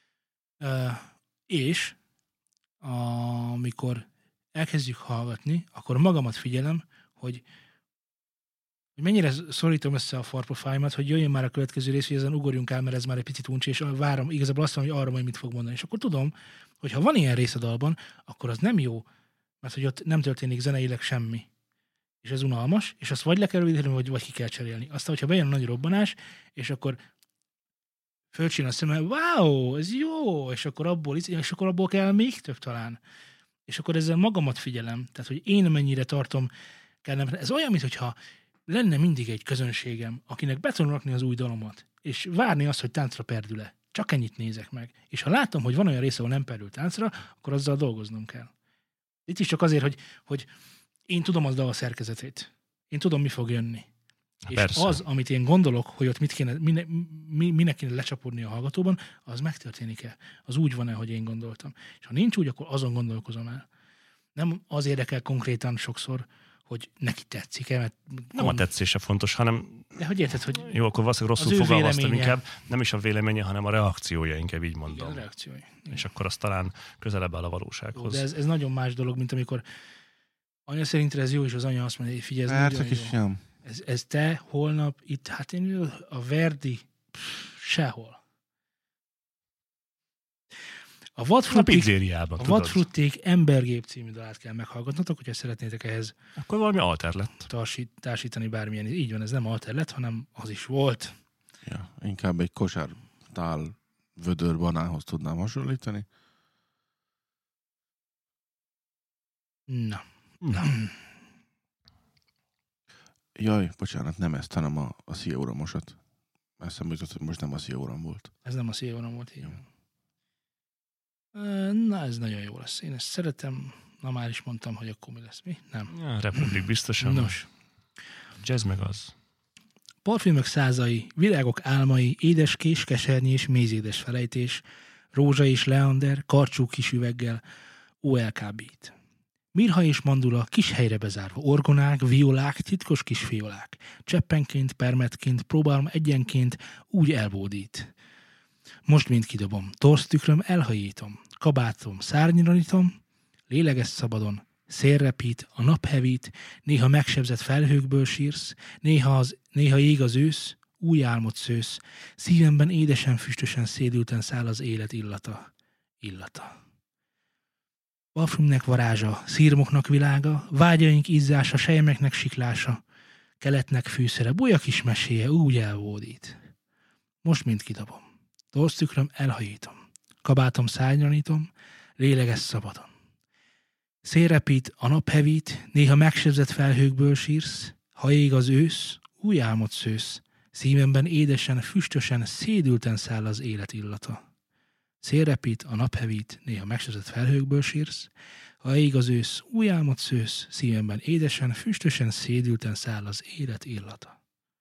És amikor elkezdjük hallgatni, akkor magamat figyelem, hogy mennyire szorítom össze a farpofáimat, hogy jöjjön már a következő rész, hogy ezen ugorjunk el, mert ez már egy picit uncsi, és várom, igazából azt mondom, hogy arra majd mit fog mondani. És akkor tudom, hogy ha van ilyen rész a dalban, akkor az nem jó, mert hogy ott nem történik zeneileg semmi. És ez unalmas, és azt vagy le kell rövidíteni, vagy ki kell cserélni. Aztán, hogyha bejön a nagy robbanás, és akkor fölcsinál a szemmel, wow, ez jó, és akkor abból kell még több talán. És akkor ezzel magamat figyelem, tehát, hogy én mennyire tartom kellemetlen. Ez olyan, mintha lenne mindig egy közönségem, akinek be tudom rakni az új dalomat, és várni azt, hogy táncra perdül-e. Csak ennyit nézek meg. És ha látom, hogy van olyan része, ahol nem perdül táncra, akkor azzal dolgoznom kell. Itt is csak azért, hogy én tudom az dal szerkezetét. Én tudom, mi fog jönni. Persze. És az, amit én gondolok, hogy ott minek kéne lecsapódni a hallgatóban, az megtörténik-e? Az úgy van-e, hogy én gondoltam. És ha nincs úgy, akkor azon gondolkozom el. Nem az érdekel konkrétan sokszor, hogy neki tetszik-e, mert... Nem a tetszése fontos, hanem... De hogy érted, hogy... Jó, akkor valószínűleg rosszul fogalmaztam inkább. Nem is a véleménye, hanem a reakciója, inkább így mondom. Igen, a reakciója. És akkor az talán közelebb áll a valósághoz. Jó, de ez nagyon más dolog, mint amikor anya szerintre ez jó, és az anya azt mondja, hogy figyelj, ez nagyon jó. Ez te holnap itt, hát én a Verdi sehol. A Vadfrutték Embergép című dalát kell meghallgatnotok, hogyha szeretnétek ehhez akkor valami alter lett. Társítani bármilyen. Így van, ez nem alter lett, hanem az is volt. Ja, inkább egy kosártál vödör banánhoz tudnám hasonlítani. Na. Jaj, bocsánat, nem ezt, hanem a Szia Uramosat. Eszembe jutott, hogy most nem a Szia Uram volt. Ez nem a Szia Uram volt, így. Na, ez nagyon jó lesz. Én ezt szeretem. Na, már is mondtam, hogy akkor mi lesz. Mi? Nem. Ja, Republik biztosan. Nos. Jazz meg az. Parfümök százai, virágok álmai, édeskés, kesernyi és mézédes felejtés, rózsa és leander, karcsú kis üveggel, OLK beat. Mirha és mandula, kis helyre bezárva, orgonák, violák, titkos kis fiolák. Cseppenként, permetként, próbálom egyenként, úgy elbódít. Most mind kidobom, torsztükröm elhajítom, kabátom szárnyiranítom, lélegez szabadon, szélrepít, a nap hevít, néha megsebzett felhőkből sírsz, néha ég az ősz, új álmot szősz, szívemben édesen, füstösen, szédülten száll az élet illata. Parfümnek varázsa, szírmoknak világa, vágyaink izzása, sejmeknek siklása, keletnek fűszere, bolya kis meséje úgy elvódít. Most mind kidobom. Torsztükröm elhajítom, kabátom szárnyranítom, lélegez szabadon. Szélrepít, a nap hevít, néha megsebzett felhőkből sírsz, ha ég az ősz, új álmot szősz, szívemben édesen, füstösen, szédülten száll az élet illata. Szélrepít, a nap hevít, néha megsebzett felhőkből sírsz, ha ég az ősz, új álmot szősz, szívemben édesen, füstösen, szédülten száll az élet illata.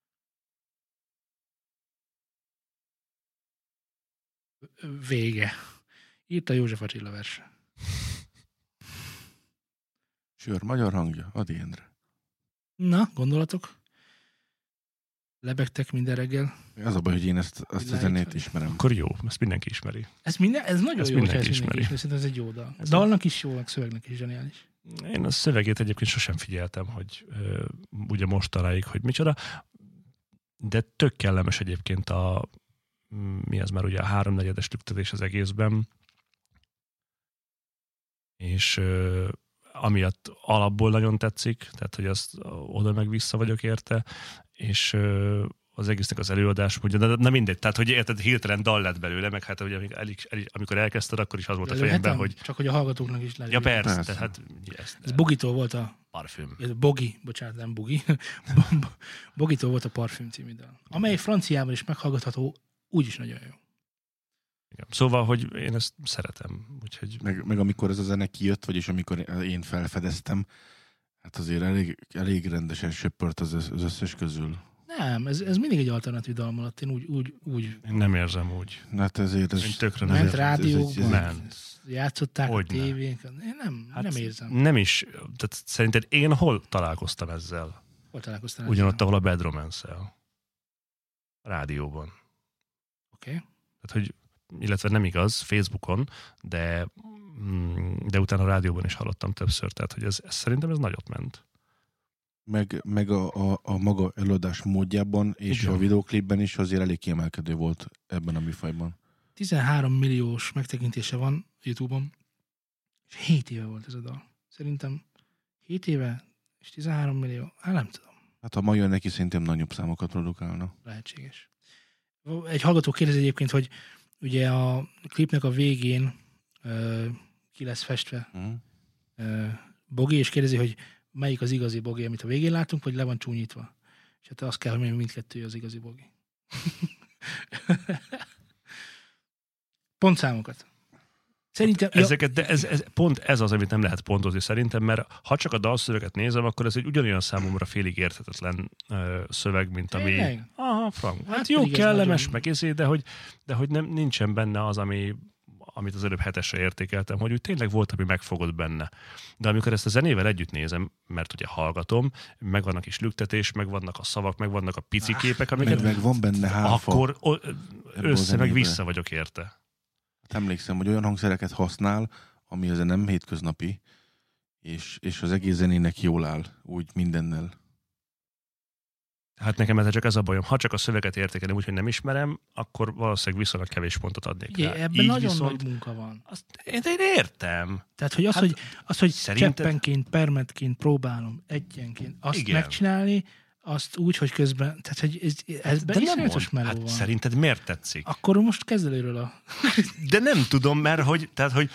Vége. Írta József Attila verse. Sör, magyar hangja, Ady Endre. Na, gondolatok? Lebegtek minden reggel? Az a baj, hogy én ezt a zenét ismerem. Akkor jó, ezt mindenki ismeri. Ez nagyon ezt jó, mindenki hogy ezt ismeri. mindenki ismeri. Szerintem ez egy jó dal. Dalnak is jó, meg szövegnek is zseniális. Én a szövegét egyébként sosem figyeltem, hogy ugye mostanáig, hogy micsoda, de tök kellemes egyébként mi az már ugye a 3/4-es lüktetés az egészben, és amiatt alapból nagyon tetszik, tehát hogy azt oda meg vissza vagyok érte, és az egésznek az előadás, ugye, de mindegy, tehát hogy érted, hirtelen dal lett belőle, meg hát ugye amikor elkezdted, akkor is az volt a fejemben, hogy... Csak hogy a hallgatóknak is legyen. Ja persze. Tehát ez Bogitól volt a... Parfüm. Bogi, bocsánat, nem Bugi. Bogitól volt a Parfüm című dal, amely franciában is meghallgatható, úgyis nagyon jó. Igen. Szóval, hogy én ezt szeretem. Úgyhogy... Meg amikor ez a zene kijött, vagyis amikor én felfedeztem, hát azért elég rendesen söpört az összes közül. Nem, ez mindig egy alternatív dal alatt. Én úgy Én nem érzem úgy. Hát ezért ez... Én tökre nem ment érzem. rádiókban, Ment. játszották Hogyne. a tévéken. Én nem érzem. Nem is. Tehát szerinted én hol találkoztam ezzel? Hol találkoztál? Ugyanott, ahol a Bad Romance-el. A rádióban. Oké. Tehát, hogy, illetve nem igaz, Facebookon, de utána a rádióban is hallottam többször, tehát, hogy ez szerintem ez nagyot ment. Meg a maga előadás módjában és Igen. a videóklipben is azért elég kiemelkedő volt ebben a műfajban. 13 milliós megtekintése van YouTube-on, és 7 éve volt ez a dal. Szerintem 7 éve és 13 millió, nem tudom, Hát ha ma jön neki, szerintem nagyobb számokat produkálna. lehetséges. Egy hallgató kérdezi egyébként, hogy ugye a klipnek a végén ki lesz festve Bogi, és kérdezi, hogy melyik az igazi Bogi, amit a végén látunk, vagy le van csúnyítva. És hát azt kell, hogy mindkettő az igazi Bogi. Pontszámokat. Szerintem... Ezeket, de pont ez az, amit nem lehet pontozni szerintem, mert ha csak a dalszöveget nézem, akkor ez egy ugyanolyan számomra félig érthetetlen szöveg, mint ami... Tényleg? Aha, frank. Hát Hát jó, pedig ez kellemes, nagyon- meg ezért, de hogy nem, nincsen benne az, amit az előbb 7-esre értékeltem, hogy úgy tényleg volt, ami megfogott benne. De amikor ezt a zenével együtt nézem, mert ugye hallgatom, megvannak is lüktetés, megvannak a szavak, megvannak a pici képek, amiket... Meg van benne hálfa. Akkor össze meg zenébe. vissza vagyok érte. Hát emlékszem, hogy olyan hangszereket használ, ami azért nem hétköznapi, és az egész zenének jól áll, úgy mindennel. Hát nekem ez csak ez a bajom. Ha csak a szöveget értékelem úgy, hogy nem ismerem, akkor valószínűleg viszonylag kevés pontot adnék Ugye, rá. ebben Így nagyon viszont, nagy munka van. én értem. Tehát, hogy Hát, hogy szerinted- cseppenként, permetként próbálom egyenként azt Igen. megcsinálni, azt úgy, hogy közben, tehát, hogy ezben De nem iszonyatos mond. meló Hát van. szerinted miért tetszik? Akkor most kezd előről a... De nem tudom, mert hogy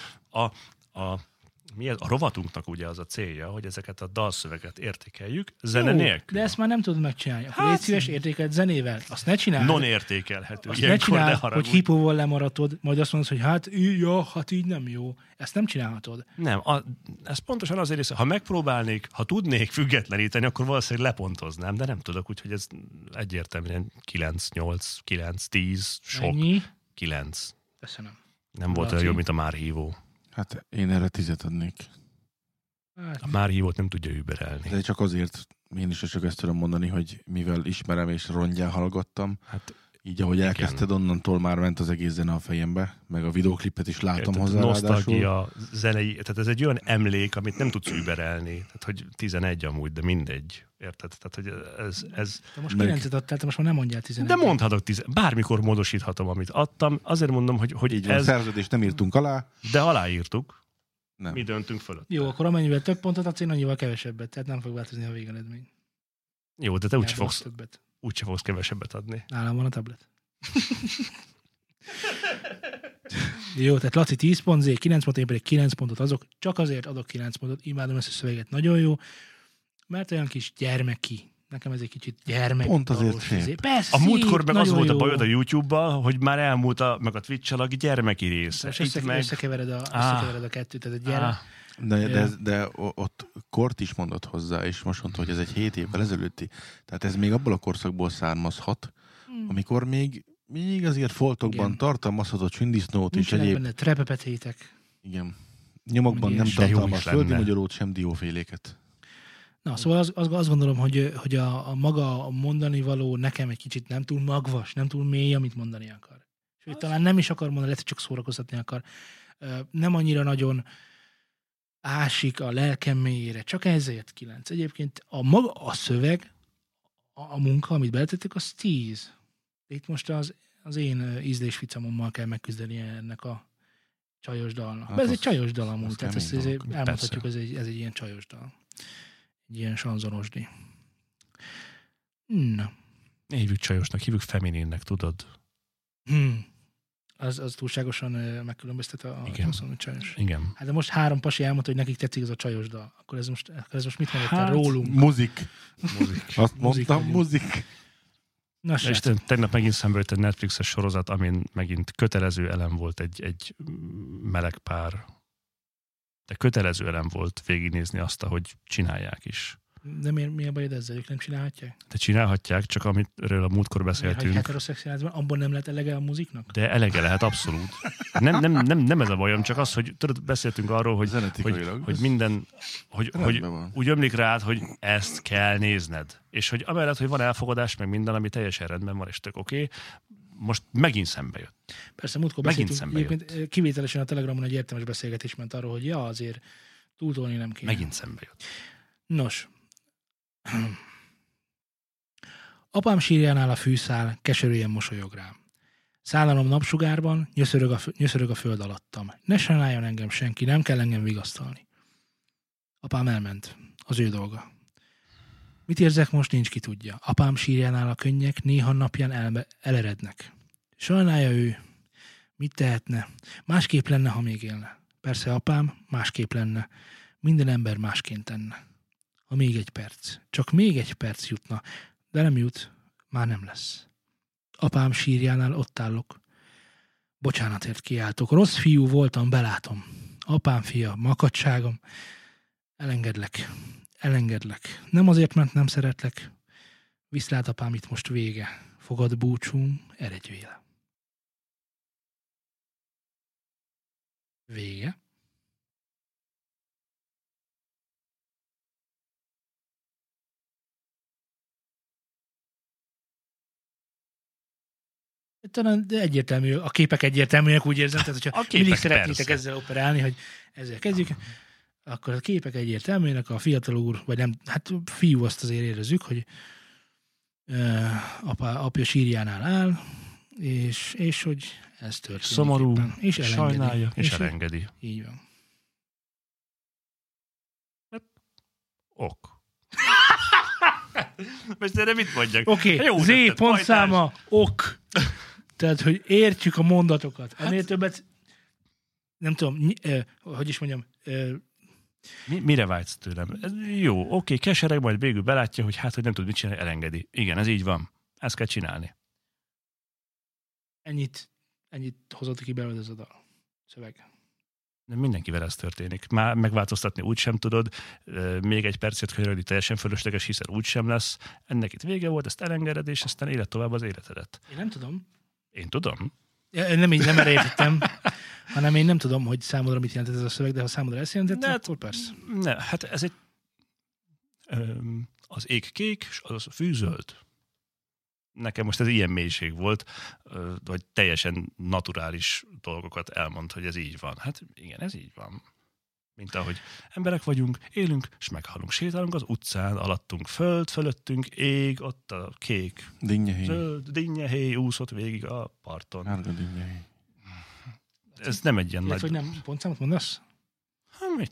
a rovatunknak ugye az a célja, hogy ezeket a dalszöveket értékeljük zene Jó, nélkül. de ezt már nem tudod megcsinálni. Akkor Hát- légy szíves, értékelt zenével. Azt ne csináld. Non-értékelhető. Azt ne Ilyenkor ne csináld, haragudj. hogy hipóval lemaradod, majd azt mondod, hogy hát így nem jó. Ezt nem csinálhatod. Nem, ez pontosan azért része. Ha megpróbálnék, ha tudnék függetleníteni, akkor valószínűleg lepontoznám, de nem tudok, úgyhogy ez egyértelműen 9, 8, 9, 10, sok. Mennyi? 9. Köszönöm. Nem volt Laci. olyan jó, mint a már hívó. Hát én erre 10 adnék. Hát, A már hívót nem tudja überelni. De csak azért, én is csak ezt tudom mondani, hogy mivel ismerem és rongyá hallgattam, Hát így ahogy elkezdted, onnantól már ment az egész zene a fejembe, meg a videóklipet is láttam érted, hozzá ráadásul. nosztalgia, zenei, tehát ez egy olyan emlék, amit nem tudsz überelni. Tehát, hogy 11 amúgy, de mindegy. Érted? Tehát, hogy ez de most meg- 9-et adtál, te most már nem mondjál 11. de mondhatok 10, bármikor módosíthatom, amit adtam. Azért mondom, hogy Így van, ez, szerződést nem írtunk alá. de aláírtuk. Nem. Mi döntünk fölött. Jó, akkor amennyivel több pontot adsz, én annyival kevesebbet, tehát nem fog változni a végeredmény. Jó, de te úgyse Járva fogsz, többet. kevesebbet adni. Nálam van a tablet. Jó, tehát Laci 10 pont, Zé 9 pont, én pedig 9 pontot azok. Csak azért adok 9 pontot, imádom ezt a szöveget, nagyon jó, mert olyan kis gyermeki. Nekem ez egy kicsit gyermeki. Pont azért valós szép. izé. Persze, A múltkor meg az nagyon volt a jó. bajod a YouTube-bal, hogy már elmúlt meg a Twitch-el a gyermeki része. És Itt meg... összekevered a kettőt, tehát a gyerek. De ott kort is mondott hozzá, és most mondta, hogy ez egy 7 évvel ezelőtti. Tehát ez még abból a korszakból származhat, amikor még azért foltokban Igen. tartalmazhatott sündisznót és Nincsenek egyéb. benne trepepetétek. Igen. Nyomokban Igen, nem de jó is tartalmaz földi lenne. magyarót, sem dióféléket. Na, szóval azt gondolom, hogy a maga a mondani való nekem egy kicsit nem túl magvas, nem túl mély, amit mondani akar. Sőt, talán nem is akar mondani, lehet, hogy csak szórakoztatni akar. Nem annyira nagyon ásik a lelkem mélyére, csak ezért 9. Egyébként a szöveg, a munka, amit beletettük, az 10. Itt most az én ízlésficamommal kell megküzdeni ennek a csajos dalnak. Hát Ez egy az- csajos dal amúgy, az tehát ezt kemény dolog. elmondhatjuk, ez egy ilyen csajos dal. Egy ilyen sanzonosdi. Na. Ne hívjuk csajosnak, hívjuk femininnek, tudod? Az túlságosan megkülönböztet a Igen. hogy csajos. Igen. Hát de most 3 pasi elmondta, hogy nekik tetszik az a csajos dal. Akkor ez most mit mondott Hát, rólunk? Muzik. Muzik. Azt Muzik mondtam, vagyunk. muzik. Na, És tegnap megint szembe jött egy Netflixes sorozat, amin megint kötelező elem volt egy meleg pár. De kötelező elem volt végignézni azt, ahogy csinálják is. De mi a bajod ezzel? Ők nem csinálhatják? De csinálhatják, csak amiről a múltkor Miért, beszéltünk. hogy heteroszexuálisban abban nem lehet elege a muziknak? De elege lehet, abszolút. Nem ez a bajom, csak az, hogy tudod, beszéltünk arról, hogy minden, hogy úgy ömlik rád, hogy ezt kell nézned. És hogy amellett, hogy van elfogadás, meg minden, ami teljesen rendben van, és tök oké, most megint szembe jött. Persze, múltkor beszéltünk, egyébként kivételesen a Telegramon egy értelmes beszélgetés ment arról, hogy ja, azért túltolni nem kéne. Megint szembe jött. Nos. Apám sírjánál a fűszál, keserűen mosolyog rám. Szállalom napsugárban, nyöszörög a föld alattam. Ne sajnáljon engem senki, nem kell engem vigasztalni. Apám elment. Az ő dolga. Mit érzek most, nincs ki tudja. Apám sírjánál a könnyek néha napján elerednek. Sajnálja ő. Mit tehetne? Másképp lenne, ha még élne. Persze apám másképp lenne. Minden ember másként tenne. Ha még egy perc. Csak még egy perc jutna. De nem jut. Már nem lesz. Apám sírjánál ott állok. Bocsánatért kiáltok. Rossz fiú voltam, belátom. Apám fia, makadságom. Elengedlek. Nem azért, mert nem szeretlek. Viszlát apám, itt most vége. Fogad búcsúm, eredj véle. Vége. Talán egyértelmű, a képek egyértelműek, úgy érzem, tehát hogyha mindig szeretnétek ezzel operálni, hogy ezzel kezdjük, akkor a képek egyértelműek, a fiatal úr, vagy nem, hát fiú, azt azért érezzük, hogy apja sírjánál áll, és hogy ez történik. Szomorú, és sajnálja, és elengedi. Így van. Ok. Most erre mit mondjak? Oké, Z pontszáma, ok. Tehát, hogy értjük a mondatokat. Ennél többet, nem tudom, hogy is mondjam. Mire vágysz tőlem? Jó, oké, kesereg, majd végül belátja, hogy hát, hogy nem tud mit csinálni, elengedi. Igen, ez így van. Ezt kell csinálni. Ennyit hozott ki belőle ez a dal. Szöveg. De mindenkivel ez történik. Már megváltoztatni úgy sem tudod, még egy percet könyörögni teljesen fölösleges, hiszen úgy sem lesz. Ennek itt vége volt, ezt elengeded, és aztán élet tovább az életedet. Én nem tudom. Én tudom. Nem erre értettem, hanem én nem tudom, hogy számodra mit jelentett ez a szöveg, de ha számodra ezt jelentett, akkor persze. Ne, hát ez egy az ég kék, és az a fű zöld. Nekem most ez ilyen mélység volt, hogy teljesen naturális dolgokat elmond, hogy ez így van. Hát igen, ez így van. Mint ahogy emberek vagyunk, élünk, és meghalunk. Sétálunk az utcán, alattunk föld, fölöttünk ég, ott a kék, zöld dinnyehéj úszott végig a parton. Árga dinnyehéj. Ez nem egy ilyen nagy... hogy nem pontszámot mondasz? Mit?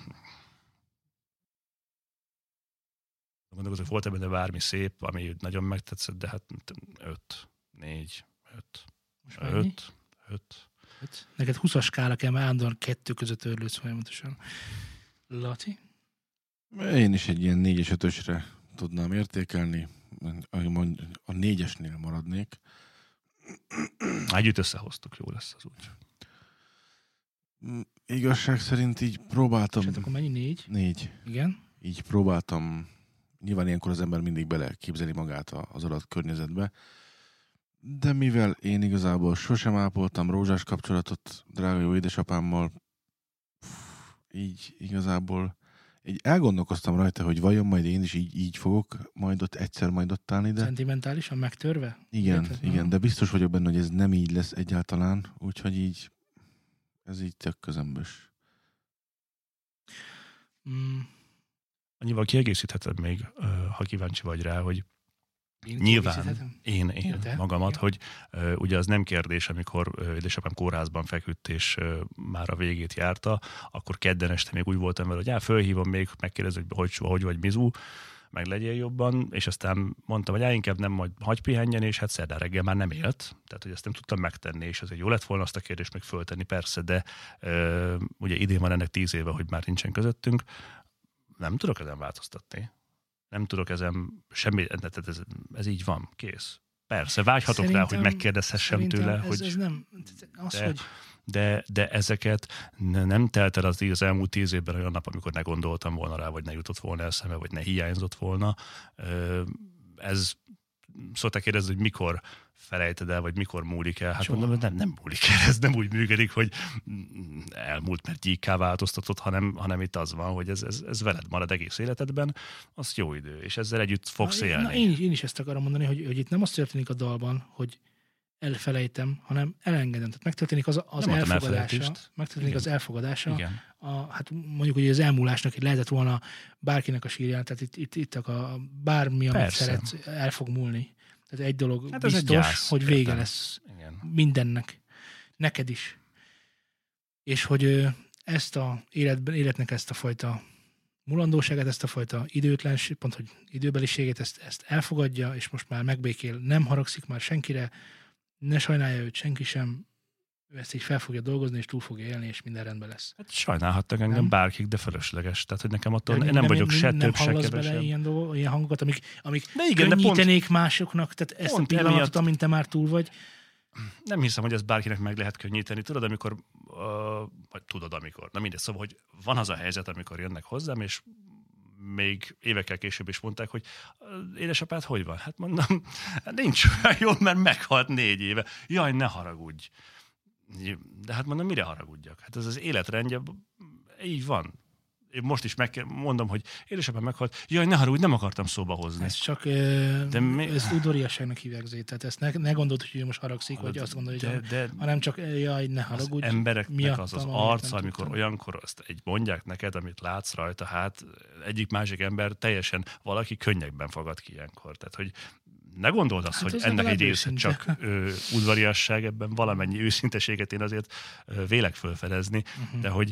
Gondolkozok, volt ebben bármi szép, ami nagyon megtetszett, de hát 5, 4, 5. Neked 20-as skála kell, mert állandóan 2 között örlődsz folyamatosan. Laci? Én is egy ilyen 4-es 5-ösre tudnám értékelni. A 4-esnél maradnék. Együtt összehoztuk, jó lesz az úgy. Igazság szerint így próbáltam... És hát akkor mennyi? 4? 4. Igen. Így próbáltam... Nyilván ilyenkor az ember mindig beleképzeli magát az adott környezetbe. De mivel én igazából sosem ápoltam rózsás kapcsolatot drága jó édesapámmal, így igazából így elgondolkoztam rajta, hogy vajon majd én is így fogok majd ott állni, de... Szentimentálisan megtörve? Igen, de biztos vagyok benne, hogy ez nem így lesz egyáltalán, úgyhogy így ez így tök közömbös. Annyival kiegészítheted még, ha kíváncsi vagy rá, hogy nyilván én magamat, hogy ugye az nem kérdés, amikor édesapám kórházban feküdt, és már a végét járta, akkor kedden este még úgy voltam vele, hogy fölhívom még, megkérdezek, hogy vagy Mizu, meg legyél jobban, és aztán mondtam, hogy inkább nem, majd hagyj pihenjen, és hát szerdán reggel már nem élt, tehát hogy ezt nem tudtam megtenni, és azért jó lett volna azt a kérdést meg föltenni, persze, de ugye idén van ennek 10 éve, hogy már nincsen közöttünk, nem tudok ezen változtatni. Nem tudok ezen semmi, ez így van, kész. Persze, vágyhatok rá, hogy megkérdezhessem tőle, ez, hogy... Ez nem, az, hogy... De ezeket nem telt el az elmúlt 10 évben olyan nap, amikor ne gondoltam volna rá, vagy ne jutott volna eszembe, vagy ne hiányzott volna. Ez szokták kérdezni, hogy mikor felejted el, vagy mikor múlik el. Hát mondom, nem múlik el, ez nem úgy működik, hogy elmúlt, mert gyíkká változtatott, hanem itt az van, hogy ez veled marad egész életedben, az jó idő, és ezzel együtt fogsz élni. Én is ezt akarom mondani, hogy itt nem az történik a dalban, hogy elfelejtem, hanem elengedem. Tehát megtörténik az elfogadása. Megtörténik az elfogadása. Igen. Hát mondjuk, hogy az elmúlásnak lehetett volna bárkinek a sírján, tehát itt bármi, amit szeretsz, el fog múlni. Tehát egy dolog hát biztos, hogy vége lesz mindennek. Neked is. És hogy ezt a életnek ezt a fajta mulandóságát, ezt a fajta időtlenség, pont hogy időbeliségét, ezt elfogadja, és most már megbékél, nem haragszik már senkire, ne sajnálja őt senki sem, ő ezt így fel fogja dolgozni, és túl fogja élni, és minden rendben lesz. Hát sajnálhattak engem bárkik, de fölösleges. Tehát, hogy nekem attól nem vagyok se több, se kevesebb. Bele ilyen hangokat, amik könnyítenék másoknak, tehát ezt a pillanatot, amint te már túl vagy. Nem hiszem, hogy ezt bárkinek meg lehet könnyíteni. Tudod, amikor, na mindegy, szóval, hogy van az a helyzet, amikor jönnek hozzám, és még évekkel később is mondták, hogy édesapád hogy van? Hát mondom, nincs olyan jól, mert meghalt 4 éve. Jaj, ne haragudj. De hát mondom, mire haragudjak? Hát ez az életrendje, így van. Én most is mondom, hogy édesapám meghalt, jaj, ne haragudj, nem akartam szóba hozni. Ez csak ezt udvariasságnak hívják, Zé. Tehát ezt ne gondold, hogy ő most haragszik, vagy azt gondolja, hanem csak jaj, ne haragudj. Az embereknek az arca, amikor olyankor azt mondják neked, amit látsz rajta, hát egyik másik ember teljesen valaki könnyekben fogad ki ilyenkor. Tehát, hogy ne gondold azt, hogy ennek egy része csak udvariasság, ebben valamennyi őszinteséget én azért vélek fölfedezni, de hogy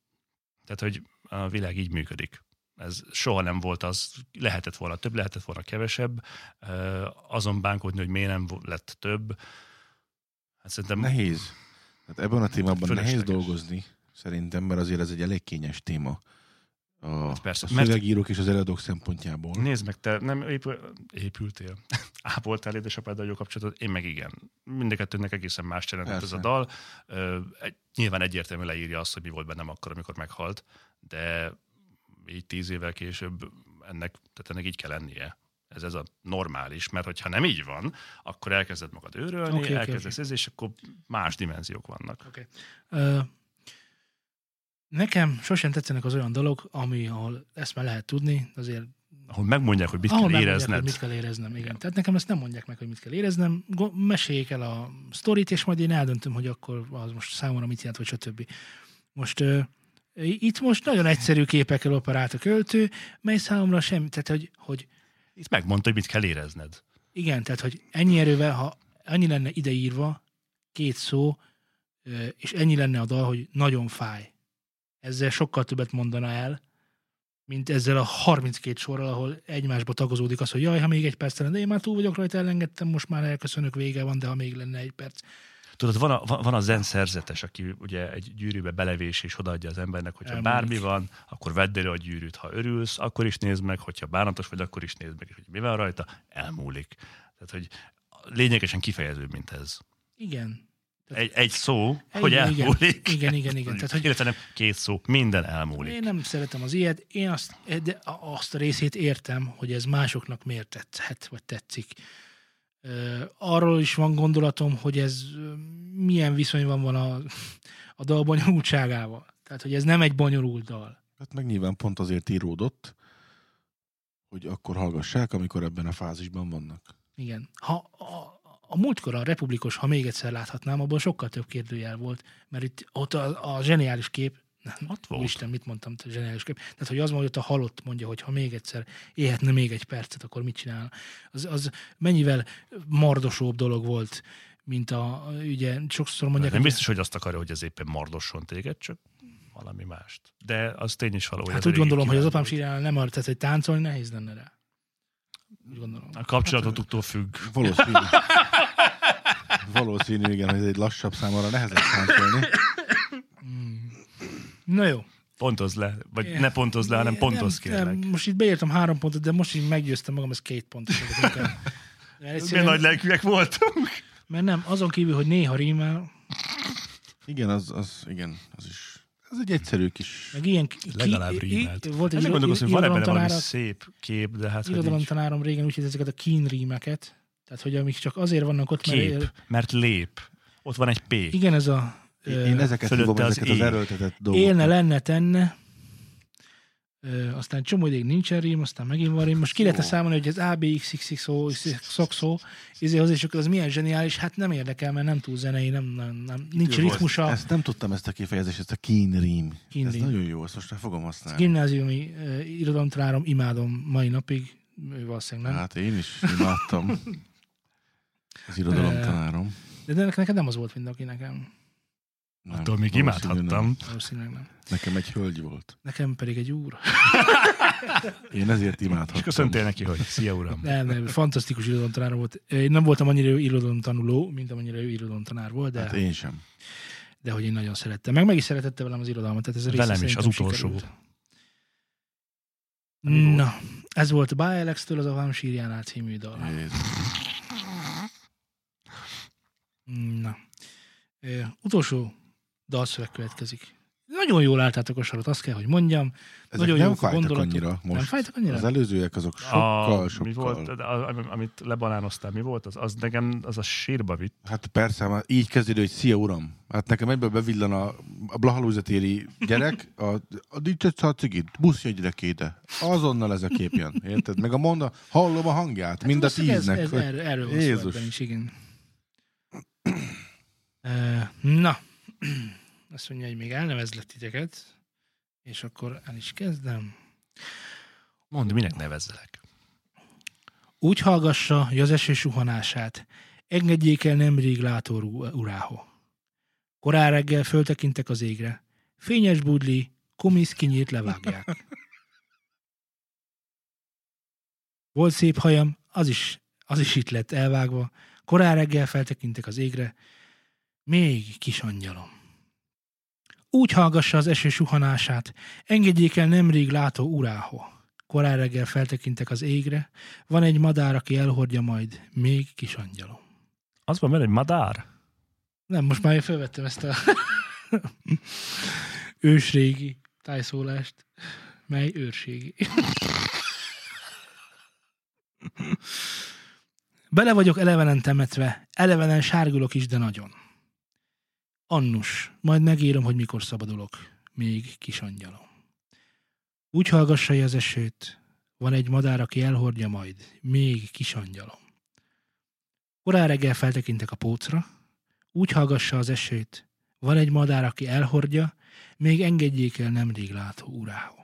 a világ így működik. Ez soha nem volt az, lehetett volna több, lehetett volna kevesebb, azon bánkodni, hogy miért nem lett több. Hát szerintem... Nehéz. Hát ebben a témában nehéz dolgozni, szerintem, mert azért ez egy elég kényes téma. A szövegírók és az előadók szempontjából. Nézd meg, te nem épültél. Ápoltál édesapáddal jó kapcsolatot, én meg igen. Mindkettőnek egészen más jelentett ez a dal. Nyilván egyértelműen leírja azt, hogy mi volt bennem akkor, amikor meghalt, de így 10 évvel később ennek így kell lennie. Ez a normális, mert hogyha nem így van, akkor elkezded magad őrölni, elkezdesz ez, és akkor más dimenziók vannak. Nekem sosem tetszenek az olyan dolog, ahol ezt már lehet tudni, azért... Ahol megmondják, hogy mit kell érezned. Hogy mit kell éreznem, igen. Tehát nekem ezt nem mondják meg, hogy mit kell éreznem, meséljék el a sztorit, és majd én eldöntöm, hogy akkor az most számomra mit jelent, vagy stb. Most itt most nagyon egyszerű képekkel operált a költő, mely számomra semmi, tehát hogy itt megmondta, hogy mit kell érezned. Igen, tehát hogy ennyi erővel, ha annyi lenne ideírva, 2 szó, és ennyi lenne a dal, hogy nagyon fáj. Ezzel sokkal többet mondana el, mint ezzel a 32 sorral, ahol egymásba tagozódik az, hogy jaj, ha még 1 perc lenne, de én már túl vagyok rajta, elengedtem, most már elköszönök, vége van, de ha még lenne 1 perc. Tudod, van a zen szerzetes, aki ugye egy gyűrűbe belevés és odaadja az embernek, hogyha bármi van, akkor vedd elő a gyűrűt, ha örülsz, akkor is nézd meg, hogyha bánatos vagy, akkor is nézd meg, és hogy mi van rajta, elmúlik. Tehát, hogy lényegesen kifejezőbb, mint ez. Igen. Egy szó, hogy elmúlik. Igen. Tehát, hogy... Illetve nem 2 szó, minden elmúlik. Én nem szeretem az ilyet, én azt a részét értem, hogy ez másoknak miért tetszhet, vagy tetszik. Arról is van gondolatom, hogy ez milyen viszonyban van a dal bonyolultságával. Tehát, hogy ez nem egy bonyolult dal. Hát meg nyilván pont azért íródott, hogy akkor hallgassák, amikor ebben a fázisban vannak. Igen. Ha a múltkor a republikos, ha még egyszer láthatnám, abban sokkal több kérdőjel volt, mert itt ott a zseniális kép, Isten, mit mondtam, a zseniális kép, tehát hogy az van, hogy ott a halott mondja, hogy ha még egyszer élhetne még 1 percet, akkor mit csinál? Az mennyivel mardosóbb dolog volt, mint ugye sokszor mondják... Nem biztos, hogy azt akarja, hogy ez éppen mardosson téged, csak valami mást. De az tény is való. Hát úgy gondolom, hogy az apám sírjánál nem arra, tehát hogy táncolni nehéz lenne rá. A kapcsolatotuktól függ. Valószínű, igen, hogy ez egy lassabb számomra nehezebb táncolni. Na jó. Pontozz le, vagy ne pontozz le, hanem pontozz kérlek. Most itt beírtam 3 pontot, de most így meggyőztem magam, ez 2 pontos. Milyen nagy lelkűek voltunk. Mert nem, azon kívül, hogy néha rímel, Igen, az is. Ez egy egyszerű kis... meg ilyen... Legalább rímelt. Volt egy Nem gondolkozom, hogy van ebben valami irodalomtanára, szép kép, de hát... irodalomtanárom régen úgy ezeket a kínrímeket, tehát hogy amik csak azért vannak ott, Kép, mert lép. Ott van egy P. Igen, ez a... Én ezeket hívom, fölötte az ezeket az éj. erőltetett dolgokat. Élne, lenne, tenne, aztán csomó ideig nincsen rím, aztán megint van rím. Most ki lehetne számolni, hogy az ABXXXO, szokszó, és akkor az milyen zseniális, hát nem érdekel, mert nem túl zenei, nincs ritmusa. Ezt nem tudtam, ezt a kifejezést, ezt a kínrím. Kínrím. Ez nagyon jó, ezt most már fogom használni. Gimnáziumi irodalomtanárom, imádom mai napig, ő valószínűleg nem. Hát én is imádtam. Az irodalomtanárom. De neked nem az volt, mint aki nekem. Nem, Attól még valószínűleg imádhattam. Valószínűleg nem. Nekem egy hölgy volt. Nekem pedig egy úr. Én ezért imádhattam. És köszöntél neki, hogy szia uram. Nem, fantasztikus irodalomtanár volt. Én nem voltam annyira jó irodalomtanuló, mint amennyire ő irodalomtanár volt, de, Hát én sem. de hogy én nagyon szerettem. Meg is szeretette velem az irodalmat. Tehát ez a része Velem is, az szerintem utolsó. sikerült. Na, ez volt By Alex-től az a Vám sírjánál című dal. Jézus. Na. Utolsó dalszöveg következik. Nagyon jól álltátok a sorot, azt kell, hogy mondjam. Ezek Nagyon nem jók a fájtak gondolatok. annyira most. Nem fájtak annyira? Az előzőek azok sokkal. Mi volt, amit lebanánoztál, mi volt? Az nekem az a sírba vitt. Hát persze, már így kezdődő, hogy szia uram. Hát nekem egyből bevillan a Blahalújzatéri gyerek, a nincs a cigit, buszjegyre ide. Azonnal ez a kép jön, érted? Meg hallom a hangját, Hát mind a valószínűleg 10-nek. erről van Jézus. szó ebben is, igen. Na, azt mondja, hogy még elnevezlek titeket, és akkor el is kezdem. Mondd, minek nevezzelek. Úgy hallgassa az eső suhanását, engedjék el nemrég látó uráho. Korán reggel föltekintek az égre, fényes budli, komisz kinyírt levágják. Volt szép hajam, az is itt lett elvágva, korán reggel feltekintek az égre, még kis angyalom. Úgy hallgassa az eső suhanását, engedjék el nemrég látó uráho. Korán reggel feltekintek az égre, van egy madár, aki elhordja majd, még kis angyalom. Az van benne, egy madár? Nem, most már én felvettem ezt a ősrégi tájszólást, mely őrségi. Bele vagyok elevenen temetve, elevenen sárgulok is, de nagyon. Annus, majd megírom, hogy mikor szabadulok, még kis angyalom. Úgy hallgassai az esőt, van egy madár, aki elhordja majd, még kis angyalom. Korán reggel feltekintek a pócra, úgy hallgassa az esőt, van egy madár, aki elhordja, még engedjék el nemrég látó uráho.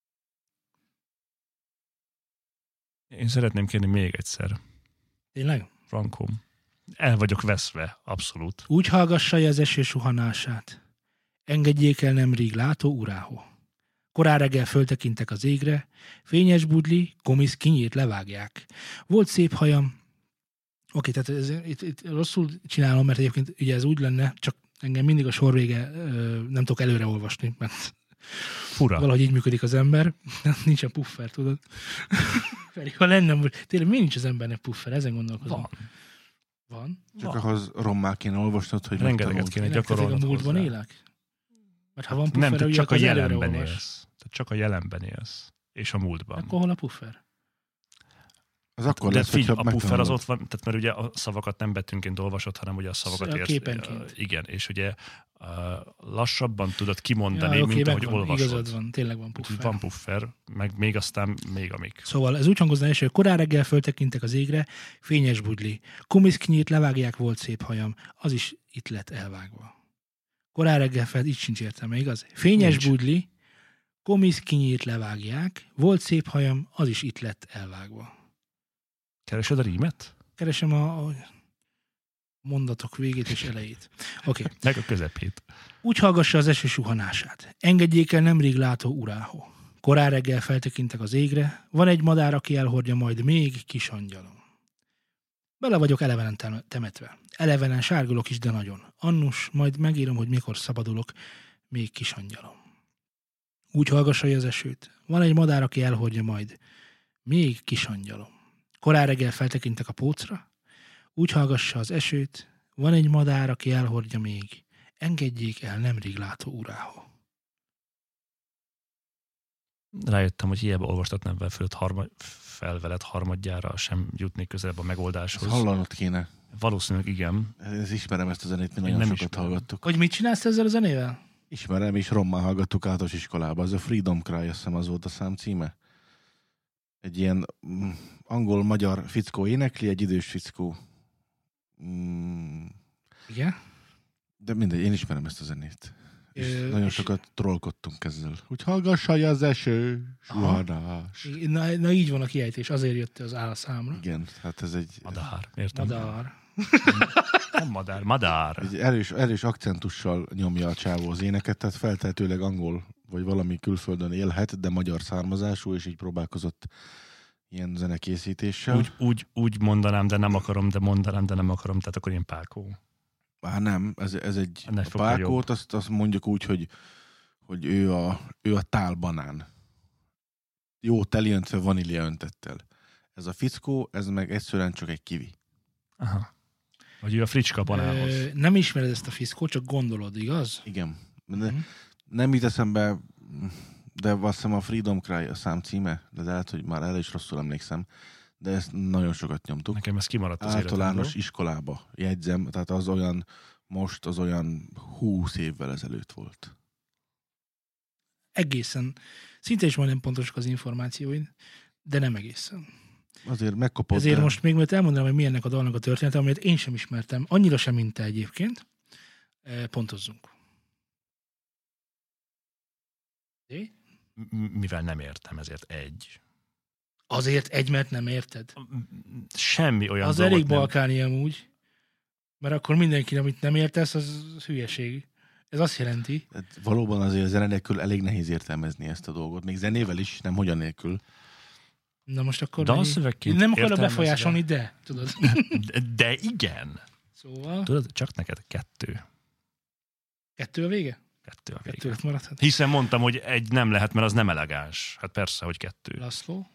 Én szeretném kérni még egyszer. Tényleg? Frankom. El vagyok veszve, abszolút. Úgy hallgassai az eső suhanását, engedjék el nemrég látó uráho. Korán reggel föltekintek az égre, fényes budli, komisz kinyírt levágják. Volt szép hajam. Oké, tehát itt rosszul csinálom, mert egyébként ugye ez úgy lenne, csak engem mindig a sor vége nem tudok előre olvasni, mert Fura. valahogy így működik az ember. Nincsen puffer, tudod? Pedig ha lenne, tényleg miért nincs az embernek puffer? Ezen gondolkozom. Van? Csak ahhoz rommá kéne olvasnod, hogy Rengeteget kéne Én gyakorolnod a múltban hozzá. élek? Mert ha van puffer, Nem, te ugye csak a akkor az előre jelenben olvas. élsz. Tehát csak a jelenben élsz. És a múltban. Akkor hol a puffer? Az akkor De lesz, figyelj, hogyha a puffer az megtanulod. ott van, tehát mert ugye a szavakat nem betűnként olvasod, hanem ugye a szavakat A érsz. képenként. Igen, és ugye lassabban tudod kimondani, oké, mint ahogy megvan, olvasod. igazad van, tényleg van Úgyhogy puffer. van puffer, meg még aztán még amik. Szóval ez úgy hangozna és hogy korán reggel föltekintek az égre, fényes budli. Komisz kinyírt levágják, volt szép hajam, az is itt lett elvágva. Korán reggel fel, így sincs értelme, igaz? Fényes Nincs. budli, komisz kinyírt levágják, volt szép hajam, az is itt lett elvágva. Keresed a rímet? Keresem a mondatok végét és elejét. Oké. Meg a közepét. Úgy hallgassa az eső suhanását. Engedjék el nemrég látó uráho. Korán reggel feltekintek az égre, van egy madár, aki elhordja majd, még kis angyalom. Bele vagyok elevenen temetve. Elevenen sárgulok is, de nagyon. Annus, majd megírom, hogy mikor szabadulok, még kis angyalom. Úgy hallgassa az esőt. Van egy madár, aki elhordja majd, még kis angyalom. Korán reggel feltekintek a pócra, Úgy hallgassa az esőt, van egy madár, aki elhordja még. Engedjék el nemrég látó urához. Rájöttem, hogy hiába olvastatnám fel veled harmadjára, sem jutnék közelebb a megoldáshoz. Ezt hallanod kéne. Valószínűleg igen. Ez ismerem ezt a zenét, mi Én nagyon nem sokat ismerem. hallgattuk. Hogy mit csinálsz ezzel a zenével? Ismerem, és rommá hallgattuk általános iskolába. Ez a Freedom Cry, azt hiszem az volt a szám címe. Egy ilyen angol-magyar fickó énekli, egy idős fickó. Igen? De mindegy, én ismerem ezt a zenét. És nagyon és- sokat trollkodtunk ezzel. Úgy hallgassaj az eső, suhanás. Na így van a kiejtés, azért jött az áll a számra. Igen, hát ez egy Madár, értem? Madár. Nem madár, madár. egy erős akcentussal nyomja a csávó az éneket, tehát feltehetőleg angol vagy valami külföldön élhet, de magyar származású, és így próbálkozott ilyen zenekészítéssel. Úgy mondanám, de nem akarom, de mondanám, de nem akarom, tehát akkor ilyen pákó. Nem, ez egy Ennél a sokkal pákót, azt mondjuk úgy, hogy ő a tálbanán. Jó teliöntve vanília öntettel. Ez a fickó, ez meg egyszerűen csak egy kiwi. Aha. Vagy ő a fricska banához. Nem ismered ezt a fiszkót, csak gondolod, igaz? Igen. Nem jut eszembe, de azt hiszem a Freedom Cry a szám címe, de lehet, hogy már el is rosszul emlékszem, de ezt nagyon sokat nyomtuk. Nekem ez kimaradt az Általános életemből. iskolába jegyzem, tehát az olyan 20 évvel ezelőtt volt. Egészen. Szinte is majdnem pontosak az információid, de nem egészen. Azért megkapott. Ezért most még mert elmondanám, hogy mi ennek a dalnak a története, amelyet én sem ismertem, annyira sem, mint te egyébként. Pontozzunk. Mivel nem értem, ezért egy. Azért egy, mert nem érted. Semmi olyan Az dolgot elég nem... balkáni amúgy, mert akkor mindenki, amit nem értesz, az hülyeség. Ez azt jelenti. Tehát valóban azért a zene nélkül elég nehéz értelmezni ezt a dolgot. Még zenével is, nem hogyan nélkül. Na most akkor Dalszövegként nem akarok értelmezve. befolyásolni, de tudod. De igen. Szóval Tudod, csak neked 2. 2 a vége? 2 a vége. 2 maradhat. Hiszen mondtam, hogy egy nem lehet, mert az nem elegáns. Hát persze, hogy 2. László.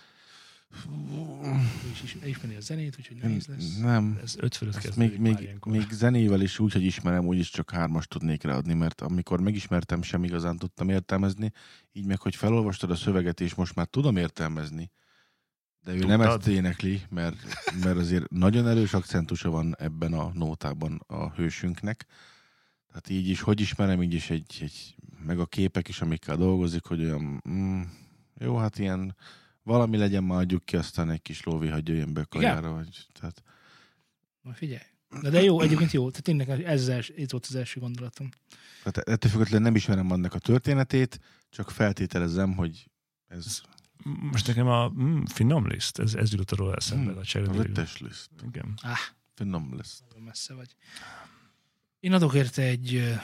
Ő is ismeri a zenét, úgyhogy nehéz lesz. Nem. Ez 5 fölött Ezt kezdődik már ilyenkor. még zenével is úgy, hogy ismerem, úgyis csak 3-as tudnék ráadni, mert amikor megismertem, sem igazán tudtam értelmezni, így meg, hogy felolvastad a szöveget, és most már tudom értelmezni, de ő nem ezt énekli, mert azért nagyon erős akcentusa van ebben a nótában a hősünknek. Tehát így is, hogy ismerem, így is meg a képek is, amikkel dolgozik, hogy olyan, jó, hát ilyen valami legyen, már adjuk ki, aztán egy kis lóvé, hogy jöjjön be kajára. Vagy, tehát... Na figyelj. De jó, egyébként jó. Tehát tényleg ez volt az első gondolatom. Tehát ettől függetlenül nem ismerem annak a történetét, csak feltételezem, hogy ez... Most nekem a finom liszt, ez jutott arról eszembe. A A cseredőjű. ötös liszt. Igen. Finom liszt. Nagyon messze vagy. Én adok érte egy...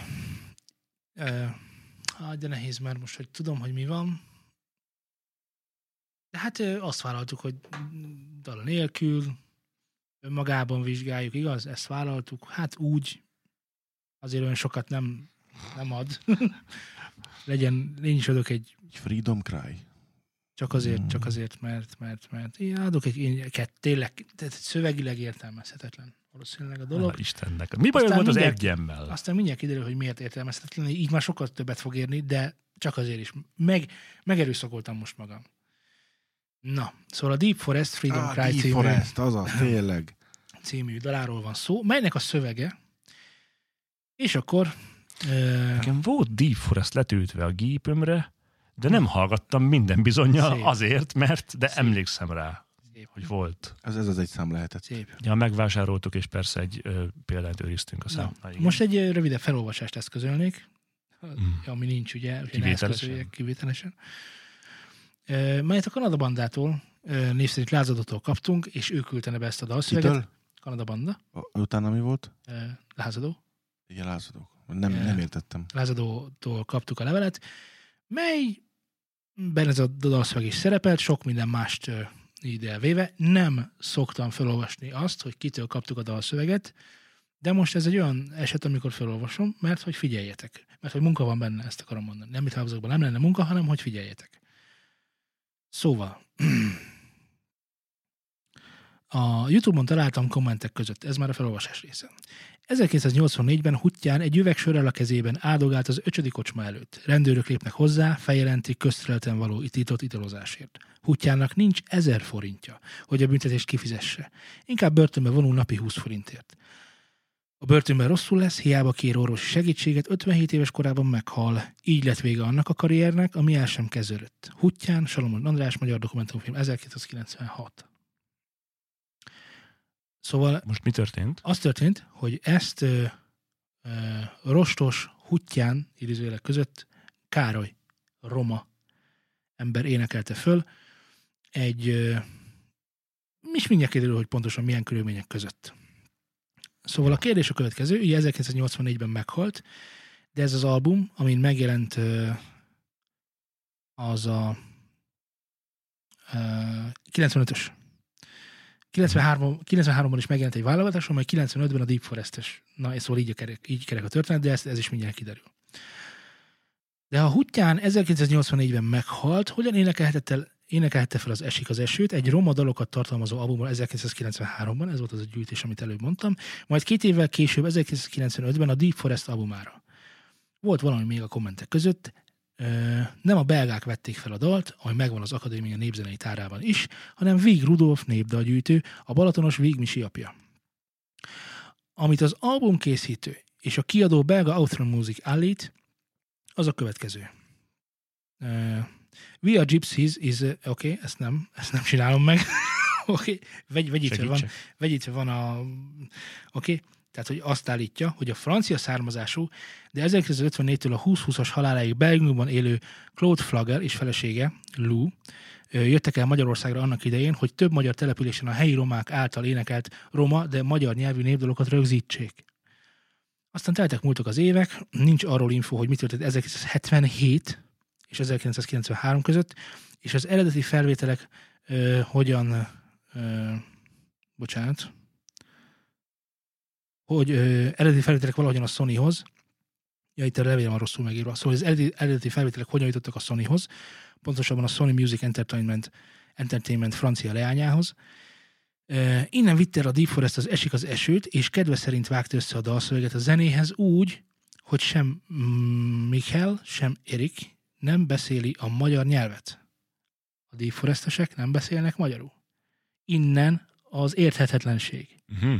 de nehéz már most, hogy tudom, hogy mi van. De hát azt vállaltuk, hogy dal nélkül, önmagában vizsgáljuk, igaz? Ezt vállaltuk. Hát úgy, azért olyan sokat nem ad. Legyen, én is adok egy, Freedom Cry. csak azért, mert én adok tényleg, tehát szövegileg értelmezhetetlen. Valószínűleg a dolog. Istennek. Mi bajod volt az egyemmel? Aztán mindjárt kiderül, hogy miért értelmezhetetlen. Így már sokkal többet fog érni, de csak azért is. Megerőszakoltam most magam. Na, szóval a Deep Forest Freedom Cry Deep című, Forest, azaz, tényleg. című daláról van szó, melynek a szövege, és akkor Nekem volt Deep Forest letöltve a gépömre, de nem hallgattam minden bizonnyal Szép. azért, mert Szép. emlékszem rá, szép, hogy volt. Ez az egy szám lehetett. szép. Ja, megvásároltuk, és persze egy példányt őriztünk a Na, számnál. most egy rövidebb felolvasást eszközölnék, ami nincs, ugye, kivételesen. Melyet a Kanada Bandától, név szerint Lázadótól kaptunk, és ő küldte be ezt a dalszöveget. Kitől? Kanada Banda, Utána mi volt? Lázadó. Igen, lázadók. Nem értettem. Lázadótól kaptuk a levelet, melyben ez a dalszöveg is szerepelt, sok minden mást ide elvéve. Nem szoktam felolvasni azt, hogy kitől kaptuk a dalszöveget, de most ez egy olyan eset, amikor felolvasom, mert hogy figyeljetek. Mert hogy munka van benne, ezt akarom mondani. Nem, mintha azokban nem lenne munka, hanem hogy figyeljetek. Szóval, A YouTube-on találtam kommentek között, ez már a felolvasás része. 1984-ben Huttyán egy üvegsörrel a kezében áldogált az 5. kocsma előtt. Rendőrök lépnek hozzá, feljelentik közterületen való tiltott italozásért. Huttyának nincs 1000 forintja, hogy a büntetést kifizesse. Inkább börtönbe vonul napi 20 forintért. A börtönben rosszul lesz, hiába kér orvosi segítséget, 57 éves korában meghal. Így lett vége annak a karriernek, ami el sem kezdődött. Huttyán, Salomon András, magyar dokumentumfilm, 1996. Szóval Most mi történt? az történt, hogy ezt rostos Huttyán, idézőjelek között, Károly, roma ember énekelte föl egy, és mindjárt kiderül, hogy pontosan milyen körülmények között. Szóval a kérdés a következő, ugye 1984-ben meghalt, de ez az album, amin megjelent az a 95-ös. 93-ban is megjelent egy válogatáson, majd 95-ben a Deep Forest-es. Na, és szóval így kerek a történet, de ez is mindjárt kiderül. De ha Huttyán 1984-ben meghalt, hogyan énekelhette fel az Esik az esőt, egy roma dalokat tartalmazó albumban 1993-ban, ez volt az a gyűjtés, amit előbb mondtam, majd 2 évvel később, 1995-ben a Deep Forest albumára. Volt valami még a kommentek között, nem a belgák vették fel a dalt, ami megvan az Akadémia népzenei tárában is, hanem Víg Rudolf népdalgyűjtő, a balatonos Víg Misi apja. Amit az albumkészítő és a kiadó belga Outer Music állít, az a következő. We are gypsies is... Oké, ezt nem csinálom meg. Oké, vegyítve van a... Oké, tehát, hogy azt állítja, hogy a francia származású, de 1954-től a 2020-as haláláig Belgiumban élő Claude Flagel és felesége, Lou, jöttek el Magyarországra annak idején, hogy több magyar településen a helyi romák által énekelt roma, de magyar nyelvű népdalokat rögzítsék. Aztán teltek múltak az évek, nincs arról info, hogy mi történt 1977 és 1993 között, és az eredeti felvételek eredeti felvételek valahogyan a Sonyhoz, itt a levélem van rosszul megírva, szóval az eredeti felvételek hogyan jutottak a Sonyhoz, pontosabban a Sony Music Entertainment francia leányához. Innen vitte a Deep Forest az Esik az esőt, és kedve szerint vágta össze a dalszöveget a zenéhez úgy, hogy sem Michael, sem Erik nem beszéli a magyar nyelvet. A Deep Forestesek nem beszélnek magyarul. Innen az érthetetlenség.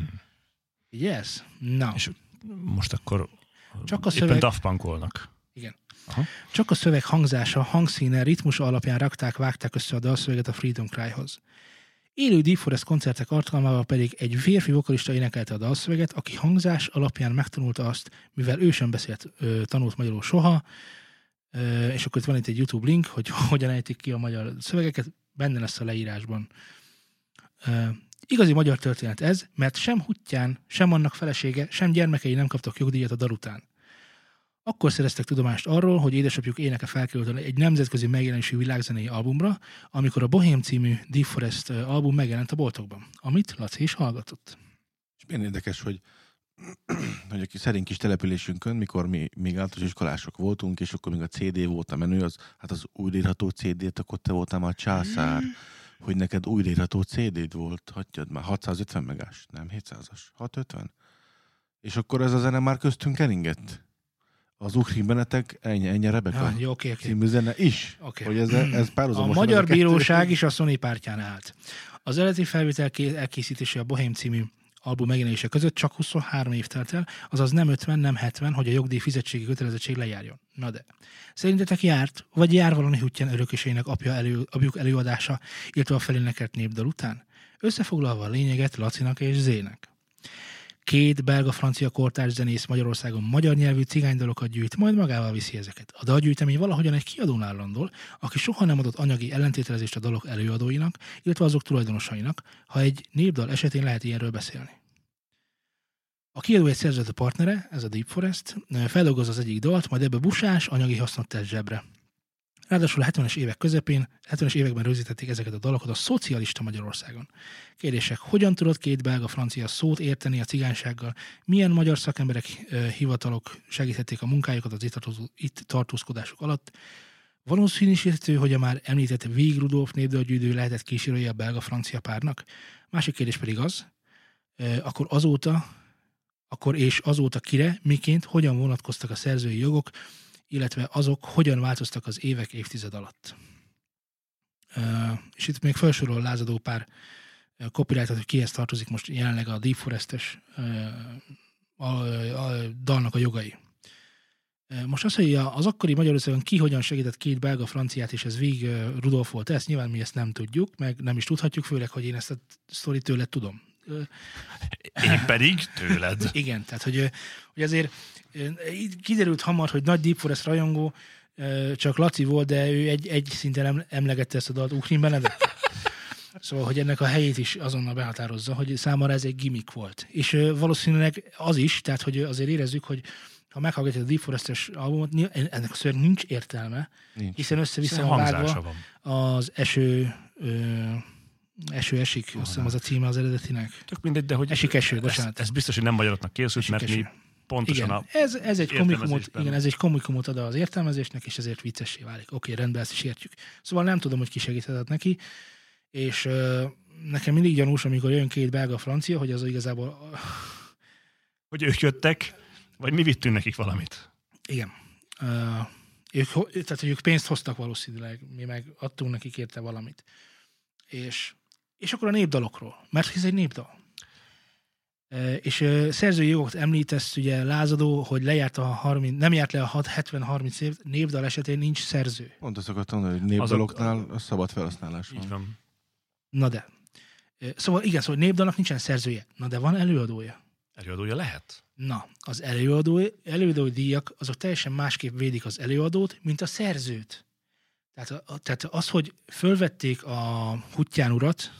Yes? Na. És most akkor csak a éppen Daft Punkolnak. Igen. Aha. Csak a szöveg hangzása, hangszíne, ritmusa alapján vágták össze a dalszöveget a Freedom Cry-hoz. Élő Deep Forest koncertek alkalmával pedig egy férfi vokalista énekelte a dalszöveget, aki hangzás alapján megtanulta azt, mivel ő sem tanult magyarul soha, és akkor itt van itt egy YouTube link, hogy hogyan ejtik ki a magyar szövegeket, benne lesz a leírásban. Igazi magyar történet ez, mert sem Huttyán, sem annak felesége, sem gyermekei nem kaptak jogdíjat a dal után. Akkor szereztek tudomást arról, hogy édesapjuk éneke felkerült egy nemzetközi megjelenésű világzenei albumra, amikor a Bohém című Deep Forest album megjelent a boltokban, amit Laci is hallgatott. És milyen érdekes, hogy a szerény kis településünkön, mikor mi még általános iskolások voltunk, és akkor még a CD volt a menő, az újraírható CD-t, akkor te voltál már császár, hogy neked újraírható CD-d volt, hagyjad már, 650 megás, nem 700-as, 650. És akkor ez a zene már köztünk elingett. Az Ukrin Benetek, ennyi Rebeka című zene is. Hogy ez párhuzamos. A Magyar Bíróság is a Sony pártján állt. Az eredeti felvétel elkészítése a Bohém című album megjelenése között csak 23 év telt el, azaz nem 50, nem 70, hogy a jogdíj fizetségi kötelezettség lejárjon. Na de. Szerintetek járt, vagy jár valami Huttyán örököseinek apjuk előadása, illetve a felénekelt népdal után? Összefoglalva a lényeget Lacinak és Zének. 2 belga-francia kortárs zenész Magyarországon magyar nyelvű cigánydalokat gyűjt, majd magával viszi ezeket. A dalgyűjtemény valahogyan egy kiadónál landol, aki soha nem adott anyagi ellentételezést a dalok előadóinak, illetve azok tulajdonosainak, ha egy népdal esetén lehet ilyenről beszélni. A kiadó egy szerződő partnere, ez a Deep Forest, feldolgoz az egyik dalt, majd ebbe busás, anyagi hasznot tesz zsebre. Ráadásul a 70-es években rögzítették ezeket a dalokat a szocialista Magyarországon. Kérdések, hogyan tudott 2 belga-francia szót érteni a cigánysággal, milyen magyar szakemberek, hivatalok segíthették a munkájukat az itt tartózkodásuk alatt, Valószínűsíthető, hogy a már említett Vig Rudolf népdalgyűjtő lehetett kísérője a belga-francia párnak. Másik kérdés pedig az, akkor azóta kire, miként, hogyan vonatkoztak a szerzői jogok, illetve azok hogyan változtak az évek, évtized alatt. És itt még felsorol lázadó pár copyrightot, hogy kihez tartozik most jelenleg a Deep Forest-es a dalnak a jogai. Most azt, hogy az akkori Magyarországon ki hogyan segített két belga franciát, és ez Vig Rudolf volt, ezt nyilván mi ezt nem tudjuk, meg nem is tudhatjuk, főleg, hogy én ezt a sztorit tőled tudom. Én pedig tőled. Igen, tehát hogy azért kiderült hamar, hogy nagy Deep Forest rajongó csak Laci volt, de ő egy szinten emlegette ezt a dalt Uhrin Benedek. Szóval, hogy ennek a helyét is azonnal behatározza, hogy számára ez egy gimmick volt. És valószínűleg az is, tehát hogy azért érezzük, hogy ha meghallgatjuk a Deep Forest-es albumot, ennek a szöveg nincs értelme, hiszen össze-vissza van vágva az eső esik, azt hiszem az a címe az eredetinek. Tök mindegy, de hogy eső, bocsánat. Ez biztos, hogy nem magyaroknak készült, mert mi pontosan igen, ez egy komikumot ad az értelmezésnek, és ezért viccessé válik. Oké, rendben, ezt is értjük. Szóval nem tudom, hogy ki segíthetett neki, és nekem mindig gyanús, amikor jön két belga francia, hogy az igazából... Hogy ők jöttek, vagy mi vittünk nekik valamit. Igen. Tehát, hogy ők pénzt hoztak valószínűleg, mi meg adtunk nekik érte valamit. És akkor a népdalokról, mert ez egy népdal. És szerzői jogokat említesz, ugye lázadó, hogy nem járt le a 70-30 év, népdal esetén nincs szerző. Pont azt akartam mondani, hogy népdaloknál a szabad felhasználás van. Így van. Na de. Szóval igen, szóval népdalnak nincsen szerzője. Na de van előadója. Előadója lehet? Na, az előadói díjak, azok teljesen másképp védik az előadót, mint a szerzőt. Tehát az, hogy fölvették a Huttyán urat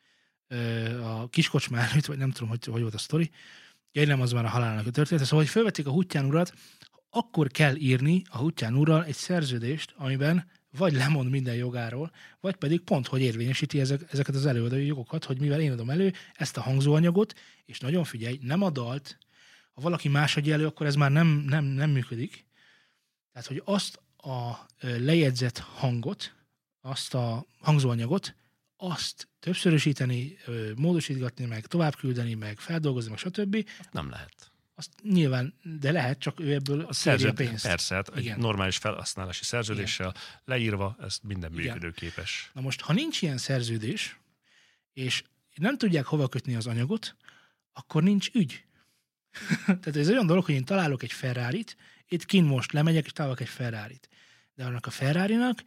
a kiskocsma előtt, vagy nem tudom, hogy volt a sztori, nem az már a halálnak a történet, szóval, hogy fölvették a Huttyán urat, akkor kell írni a Huttyán urral egy szerződést, amiben vagy lemond minden jogáról, vagy pedig pont, hogy érvényesíti ezeket az előadói jogokat, hogy mivel én adom elő ezt a hangzóanyagot, és nagyon figyelj, nem a dalt, ha valaki más adja elő, akkor ez már nem működik. Tehát, hogy azt a lejegyzett hangot, azt a hangzóanyagot, azt többszörösíteni, módosítgatni, meg továbbküldeni, meg feldolgozni, meg stb. Nem lehet. Azt nyilván, de lehet, csak ő ebből kéri a pénzt. Persze, hát egy normális felhasználási szerződéssel leírva, ez minden igen. működőképes. Na most, ha nincs ilyen szerződés, és nem tudják hova kötni az anyagot, akkor nincs ügy. Tehát ez olyan dolog, hogy én találok egy Ferrarit, itt kint most lemegyek, és találok egy Ferrarit. De annak a Ferrarinak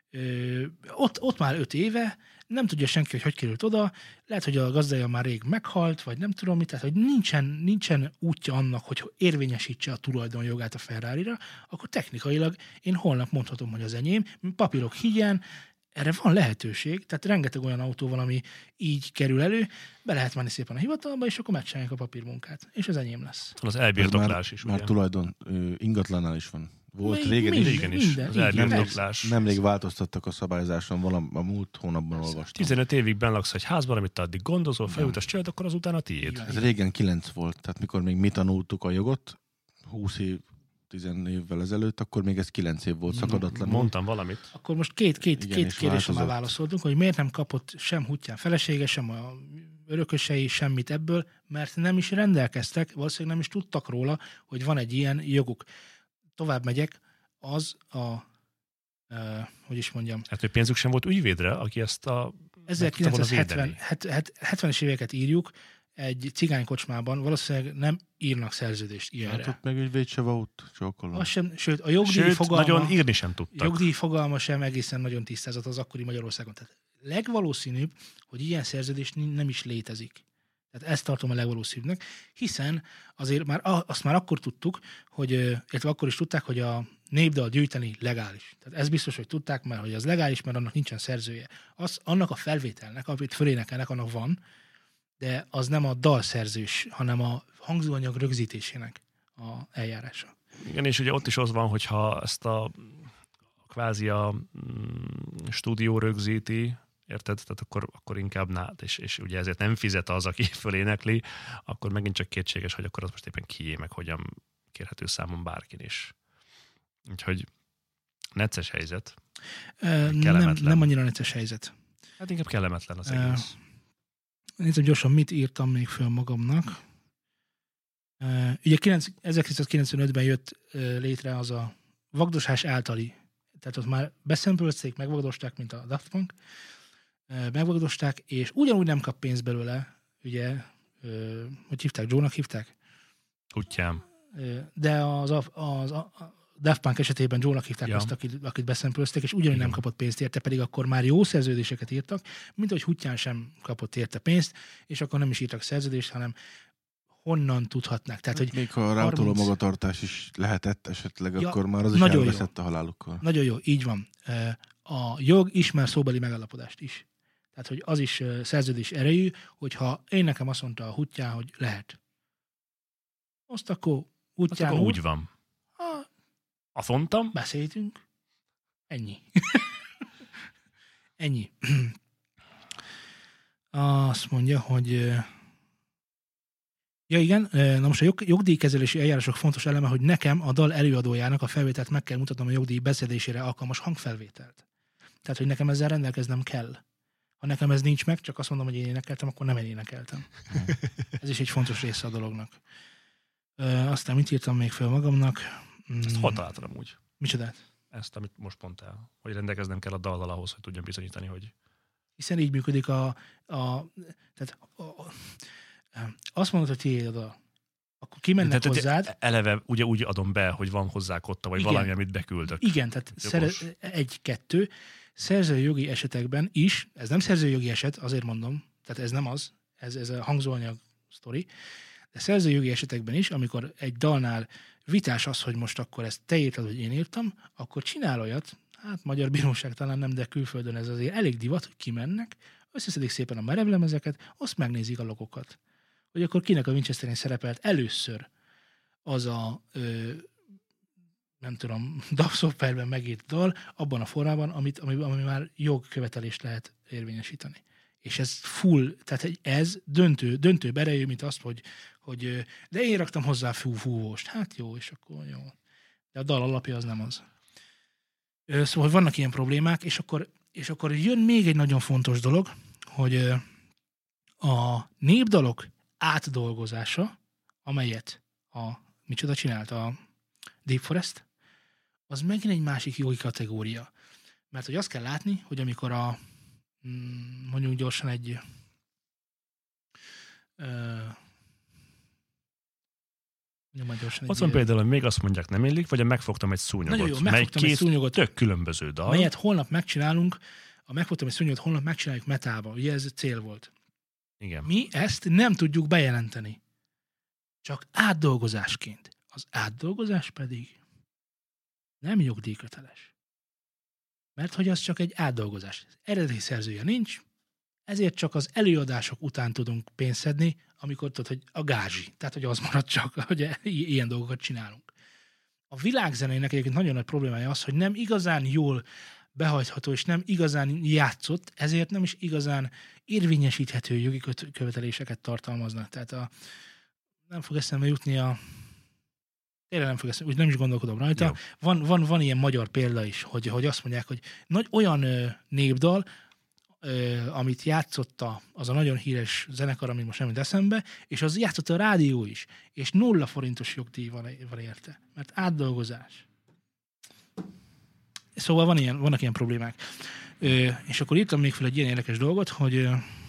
ott már 5 éve, nem tudja senki, hogy került oda, lehet, hogy a gazdája már rég meghalt, vagy nem tudom mit, tehát hogy nincsen útja annak, hogy érvényesítse a tulajdonjogát a Ferrarira, akkor technikailag én holnap mondhatom, hogy az enyém, papírok higyen, erre van lehetőség, tehát rengeteg olyan autó van, ami így kerül elő, be lehet menni szépen a hivatalba, és akkor megcsinálják a papírmunkát, és az enyém lesz. Az elbirtoklás is, ugye? Már tulajdon ingatlannál is van. Volt régen is. Az elbirtoklás. Nemrég változtattak a szabályozáson, a múlt hónapban olvastam. 15 évig benlaksz egy házban, amit te addig gondozol, felutas csinálod, akkor az utána tiéd. Ez régen 9 volt, tehát mikor még mi tanultuk a jogot, 20 évvel ezelőtt, akkor még ez 9 év volt szakadatlanul. Mondtam valamit. Akkor most két kérdésre már válaszoltunk, hogy miért nem kapott sem Huttyán felesége, sem a örökösei semmit ebből, mert nem is rendelkeztek, valószínűleg nem is tudtak róla, hogy van egy ilyen joguk. Tovább megyek, az hogy is mondjam. Hát, hogy pénzük sem volt ügyvédre, aki ezt a 1970-es éveket írjuk, egy cigánykocsmában valószínűleg nem írnak szerződést ilyenre. Hát ott meg ügyvéd se volt, csókolom. Sőt, a jogdíj fogalma... nagyon írni sem tudtak. Jogdíj fogalma sem egészen nagyon tisztázott az akkori Magyarországon. Tehát legvalószínűbb, hogy ilyen szerződés nem is létezik. Tehát ezt tartom a legvalószínűbbnek, hiszen azért azt már akkor tudtuk, illetve akkor is tudták, hogy a népdal gyűjteni legális. Tehát ez biztos, hogy tudták, mert hogy az legális, mert annak nincsen szerzője. Annak a felvételnek, amit fölénekelnek, annak van, de az nem a dalszerzős, hanem a hangzóanyag rögzítésének a eljárása. Igen, és ugye ott is az van, hogyha ezt a kvázi a stúdió rögzíti, érted? Tehát akkor inkább nád, és ugye ezért nem fizet az, aki fölénekli, akkor megint csak kétséges, hogy akkor az most éppen kié, meg hogyan kérhető számon bárkin is. Úgyhogy necces helyzet. Nem annyira necces helyzet. Hát inkább kellemetlen az egész. Nézzem gyorsan, mit írtam még föl magamnak. Ugye 1995-ben jött létre az a vagdosás általi. Tehát ott már beszempölzték, megvagdosták, mint a Daft Punk. Megvagdosták, és ugyanúgy nem kap pénzt belőle, ugye, hogy hívták, Joe-nak hívták? Kutyám. De a Daft Punk esetében Joe-nak hívták azt, akit beszempölzték, és ugyanúgy nem kapott pénzt érte, pedig akkor már jó szerződéseket írtak, mint hogy Huttyán sem kapott érte pénzt, és akkor nem is írtak szerződést, hanem honnan tudhatnák. Tehát, hogy még ha a rátoló magatartás is lehetett esetleg, akkor már az is nagyon elveszett a halálukkal. Nagyon jó, így van. A jog ismer szóbeli megállapodást is. Tehát, hogy az is szerződés erejű, hogyha én nekem azt mondta a Huttyán, hogy lehet. Azt akkor Huttyán úgy van. Azt mondtam. Beszéltünk. Ennyi. Ennyi. Azt mondja, hogy ja igen, na most a jogdíjkezelési eljárások fontos eleme, hogy nekem a dal előadójának a felvételt meg kell mutatnom a jogdíj beszedésére alkalmas hangfelvételt. Tehát, hogy nekem ezzel rendelkeznem kell. Ha nekem ez nincs meg, csak azt mondom, hogy én énekeltem, akkor nem én énekeltem. Ez is egy fontos része a dolognak. Aztán mit írtam még fel magamnak? Ezt hol találtad amúgy? Micsodát? Ezt, amit most mondtál. Hogy rendelkeznem kell a dallal ahhoz, hogy tudjam bizonyítani, hogy... Hiszen így működik azt mondod, hogy tiéd a dal. Akkor kimennek hozzád. Eleve ugye úgy adom be, hogy van hozzá kotta, vagy igen, valami, amit beküldök. Igen, tehát egy-kettő. Szerzőjogi esetekben is, ez nem szerzőjogi eset, azért mondom, tehát ez nem az, ez a hangzóanyag sztori, de szerzőjogi esetekben is, amikor egy dalnál vitás az, hogy most akkor ezt te írtad, hogy én írtam, akkor csinál olyat, hát magyar bíróság talán nem, de külföldön ez azért elég divat, hogy kimennek, összeszedik szépen a merevlemezeket, azt megnézik a logokat. Hogy akkor kinek a Winchesterén szerepelt először az a nem tudom, DAW szoftverben megírt dal, abban a formában, ami már jogkövetelést lehet érvényesíteni. És ez full, tehát ez döntőbb erejű, mint azt, hogy de én raktam hozzá fúvóst. Hát jó, és akkor jó. De a dal alapja az nem az. Szóval vannak ilyen problémák, és akkor jön még egy nagyon fontos dolog, hogy a népdalok átdolgozása, amelyet micsoda csinált a Deep Forest, az megint egy másik jogi kategória. Mert hogy azt kell látni, hogy amikor mondjuk gyorsan egy ott van például, hogy még azt mondják, nem illik, vagy a megfogtam egy szúnyogot. Nagyon jó, megfogtam egy szúnyogot. Tök különböző dal. Melyet holnap megcsinálunk, a megfogtam egy szúnyogot, holnap megcsináljuk metába. Ugye ez cél volt. Igen. Mi ezt nem tudjuk bejelenteni. Csak átdolgozásként. Az átdolgozás pedig nem jogdíjköteles. Mert hogy az csak egy átdolgozás. Eredeti szerzője nincs, ezért csak az előadások után tudunk pénzt szedni, amikor tudod, hogy a gázsi. Tehát, hogy az marad csak, hogy ilyen dolgokat csinálunk. A világzenének egyébként nagyon nagy problémája az, hogy nem igazán jól behajtható, és nem igazán játszott, ezért nem is igazán érvényesíthető jogi követeléseket tartalmaznak. Tehát nem fog eszembe jutni tényleg nem fog eszembe, úgy nem is gondolkodom rajta. Van ilyen magyar példa is, hogy azt mondják, hogy olyan népdal, amit játszotta az a nagyon híres zenekar, amit most nem jut eszembe, és az játszotta a rádió is, és 0 forintos jogdíj van érte, mert átdolgozás. Szóval vannak ilyen problémák. És akkor írtam még fel egy ilyen érdekes dolgot, hogy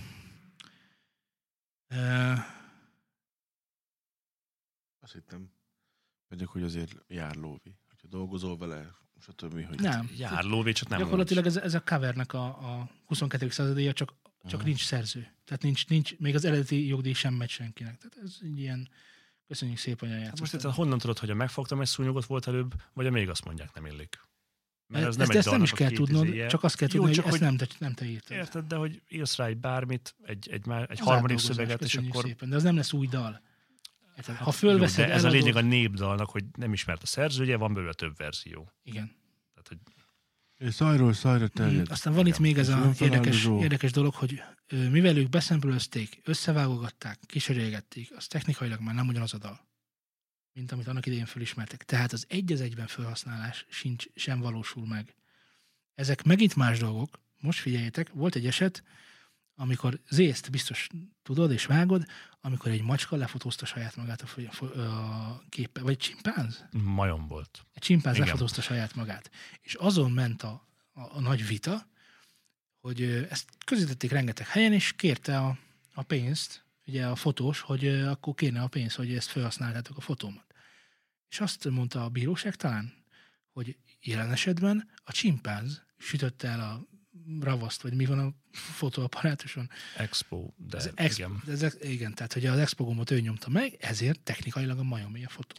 azt hittem, hogy azért jár lóvi. Hogyha dolgozol vele, stb. Hogy nem. Jár lóvé, csak nem gyakorlatilag ez a covernek a 22. századéja, csak nincs szerző. Tehát nincs, még az eredeti jogdíj sem megy senkinek. Tehát ez egy ilyen, köszönjük szépen, hogy játszottam. Most itt honnan tudod, hogy a megfogtam egy szúnyogot volt előbb, vagy a még azt mondják, nem illik? Mert ezt nem is kell tudnod, csak azt kell tudni, hogy ezt nem te írtad. Érted, de hogy írsz rá egy bármit, egy harmadik szöveget, és akkor... Szépen, de az nem lesz új dal. Ha fölveszed, de ez a lényeg a népdalnak, hogy nem ismert a szerzője, van belőle több verzió. Igen. Tehát, hogy... És szajról terjed. Aztán van itt még ez a érdekes dolog, hogy mivel ők beszempülözték, összevágogatták, kísérlették, az technikailag már nem ugyanaz a dal, mint amit annak idején fölismertek. Tehát az egy az egyben felhasználás sem valósul meg. Ezek megint más dolgok. Most figyeljétek, volt egy eset, amikor Zészt biztos tudod és vágod, amikor egy macska lefotózta saját magát a képe, vagy csimpánz? Majom volt. Egy csimpánz Igen. lefotózta saját magát. És azon ment a nagy vita, hogy ezt közítették rengeteg helyen, és kérte a pénzt, ugye a fotós, hogy akkor kéne a pénz, hogy ezt felhasználtátok a fotómat. És azt mondta a bíróság talán, hogy jelen esetben a csimpánz sütötte el a ravaszt, vagy mi van a fotóapparátuson. Expo, de igen. Igen, tehát hogy az Expo gombot ő nyomta meg, ezért technikailag a majomé a fotó.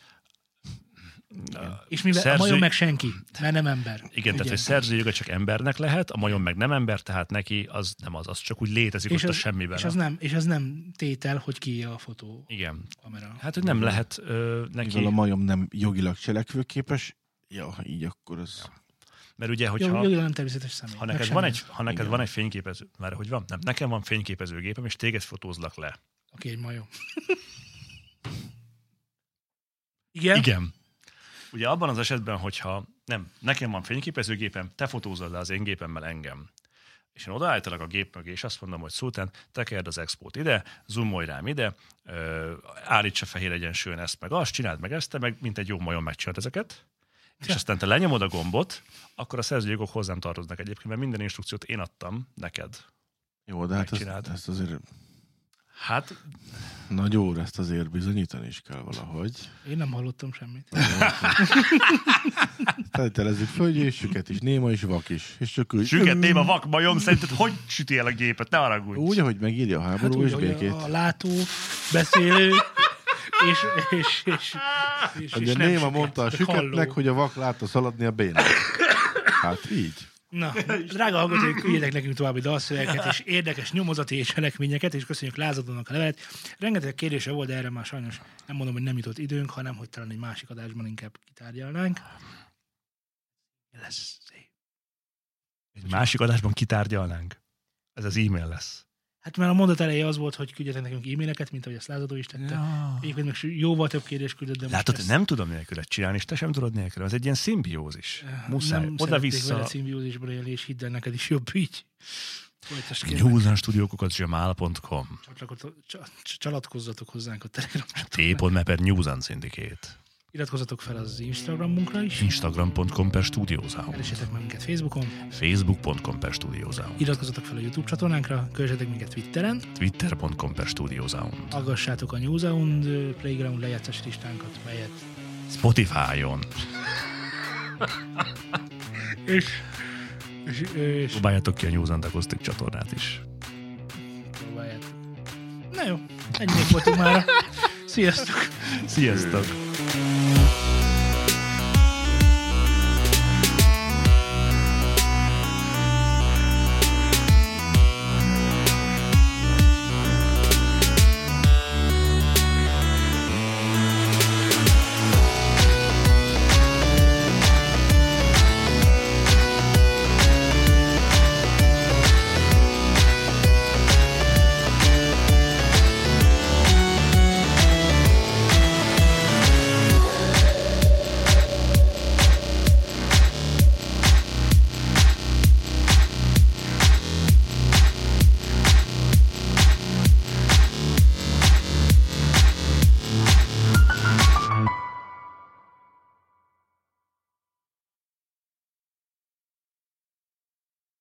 És mivel a majom meg senki, mert nem ember. Igen, tehát hogy szerzői joga csak embernek lehet, a majom meg nem ember, tehát neki az nem az csak úgy létezik és ott a semmiben. És az nem tétel, hogy ki a fotó. Igen. Kamera. Hát, hogy nem lehet neki... Mivel a majom nem jogilag cselekvőképes, így akkor az... Mert ugye, hogyha... Jogilag nem természetes személy. Ha neked van egy fényképező... Már hogy van? Nem, nekem van fényképezőgépem, és téged fotózlak le. Oké, egy majom. Igen? Igen. Ugye abban az esetben, hogyha nekem van fényképezőgépem, te fotózod le az én gépemmel engem. És én odaállítalak a gép mögé, és azt mondom, hogy Szultán, tekerd az expót ide, zoomolj rám ide, állítsa fehér egyensúlyon ezt meg azt, csináld meg ezt, te meg mint egy jó majom megcsináld ezeket. És aztán te lenyomod a gombot, akkor a szerzőjogok hozzám tartoznak egyébként, mert minden instrukciót én adtam neked. Jó, de hát ezt azért... Hát... Nagy óra, ezt azért bizonyítani is kell valahogy. Én nem hallottam semmit. Feltelezzük földgyészsüket is, néma is, vak is. És csak úgy... Süket, néma, vak, majom, szerinted hogy süti el a gépet? Ne haragudj. Úgy, ahogy megírja a háború hát és békét. A látó, beszélő, és Ugye nem néma süket, mondta a süketnek, halló. hogy a vak látta szaladni a bénát. Hát így. Na, drága hallgatóink, küldjetek nekünk további dalszövegeket és érdekes nyomozati és cselekményeket, és köszönjük Lázadónak a levelet. Rengeteg kérdése volt, de erre már sajnos nem mondom, hogy nem jutott időnk, hanem hogy talán egy másik adásban inkább kitárgyalnánk. Lesz szép. Egy másik adásban kitárgyalnánk. Ez az e-mail lesz. Hát már a mondat eleje az volt, hogy küldjetek nekünk e-maileket, mint ahogy ezt Lázadó is tette. Ja. Egyébként meg jóval több kérdést küldött, de Látod, most nem tudom nélküled csinálni, és te sem tudod nélkül. Ez egy ilyen szimbiózis. Muszáj. Nem szeretnék Oda-vissza. vele szimbiózisban élni, és hidd el, neked is jobb így. newsanstudiókukat.gmail.com Csalatkozzatok hozzánk a Telegram. t.me/Newsan Syndicate. Iratkozzatok fel az Instagramunkra is. Instagram.com/studiosound. Keressetek meg minket Facebookon. Facebook.com/studiosound. Iratkozzatok fel a YouTube csatornánkra. Kövessetek minket Twitteren. Twitter.com/studiosound. Hallgassátok a New Sound Playground lejátszás listánkat, melyet Spotify-on. és Próbáljátok ki a News and Acoustic csatornát is. próbáljátok. Na jó, ennyi voltunk már. Sziasztok! Sziasztok!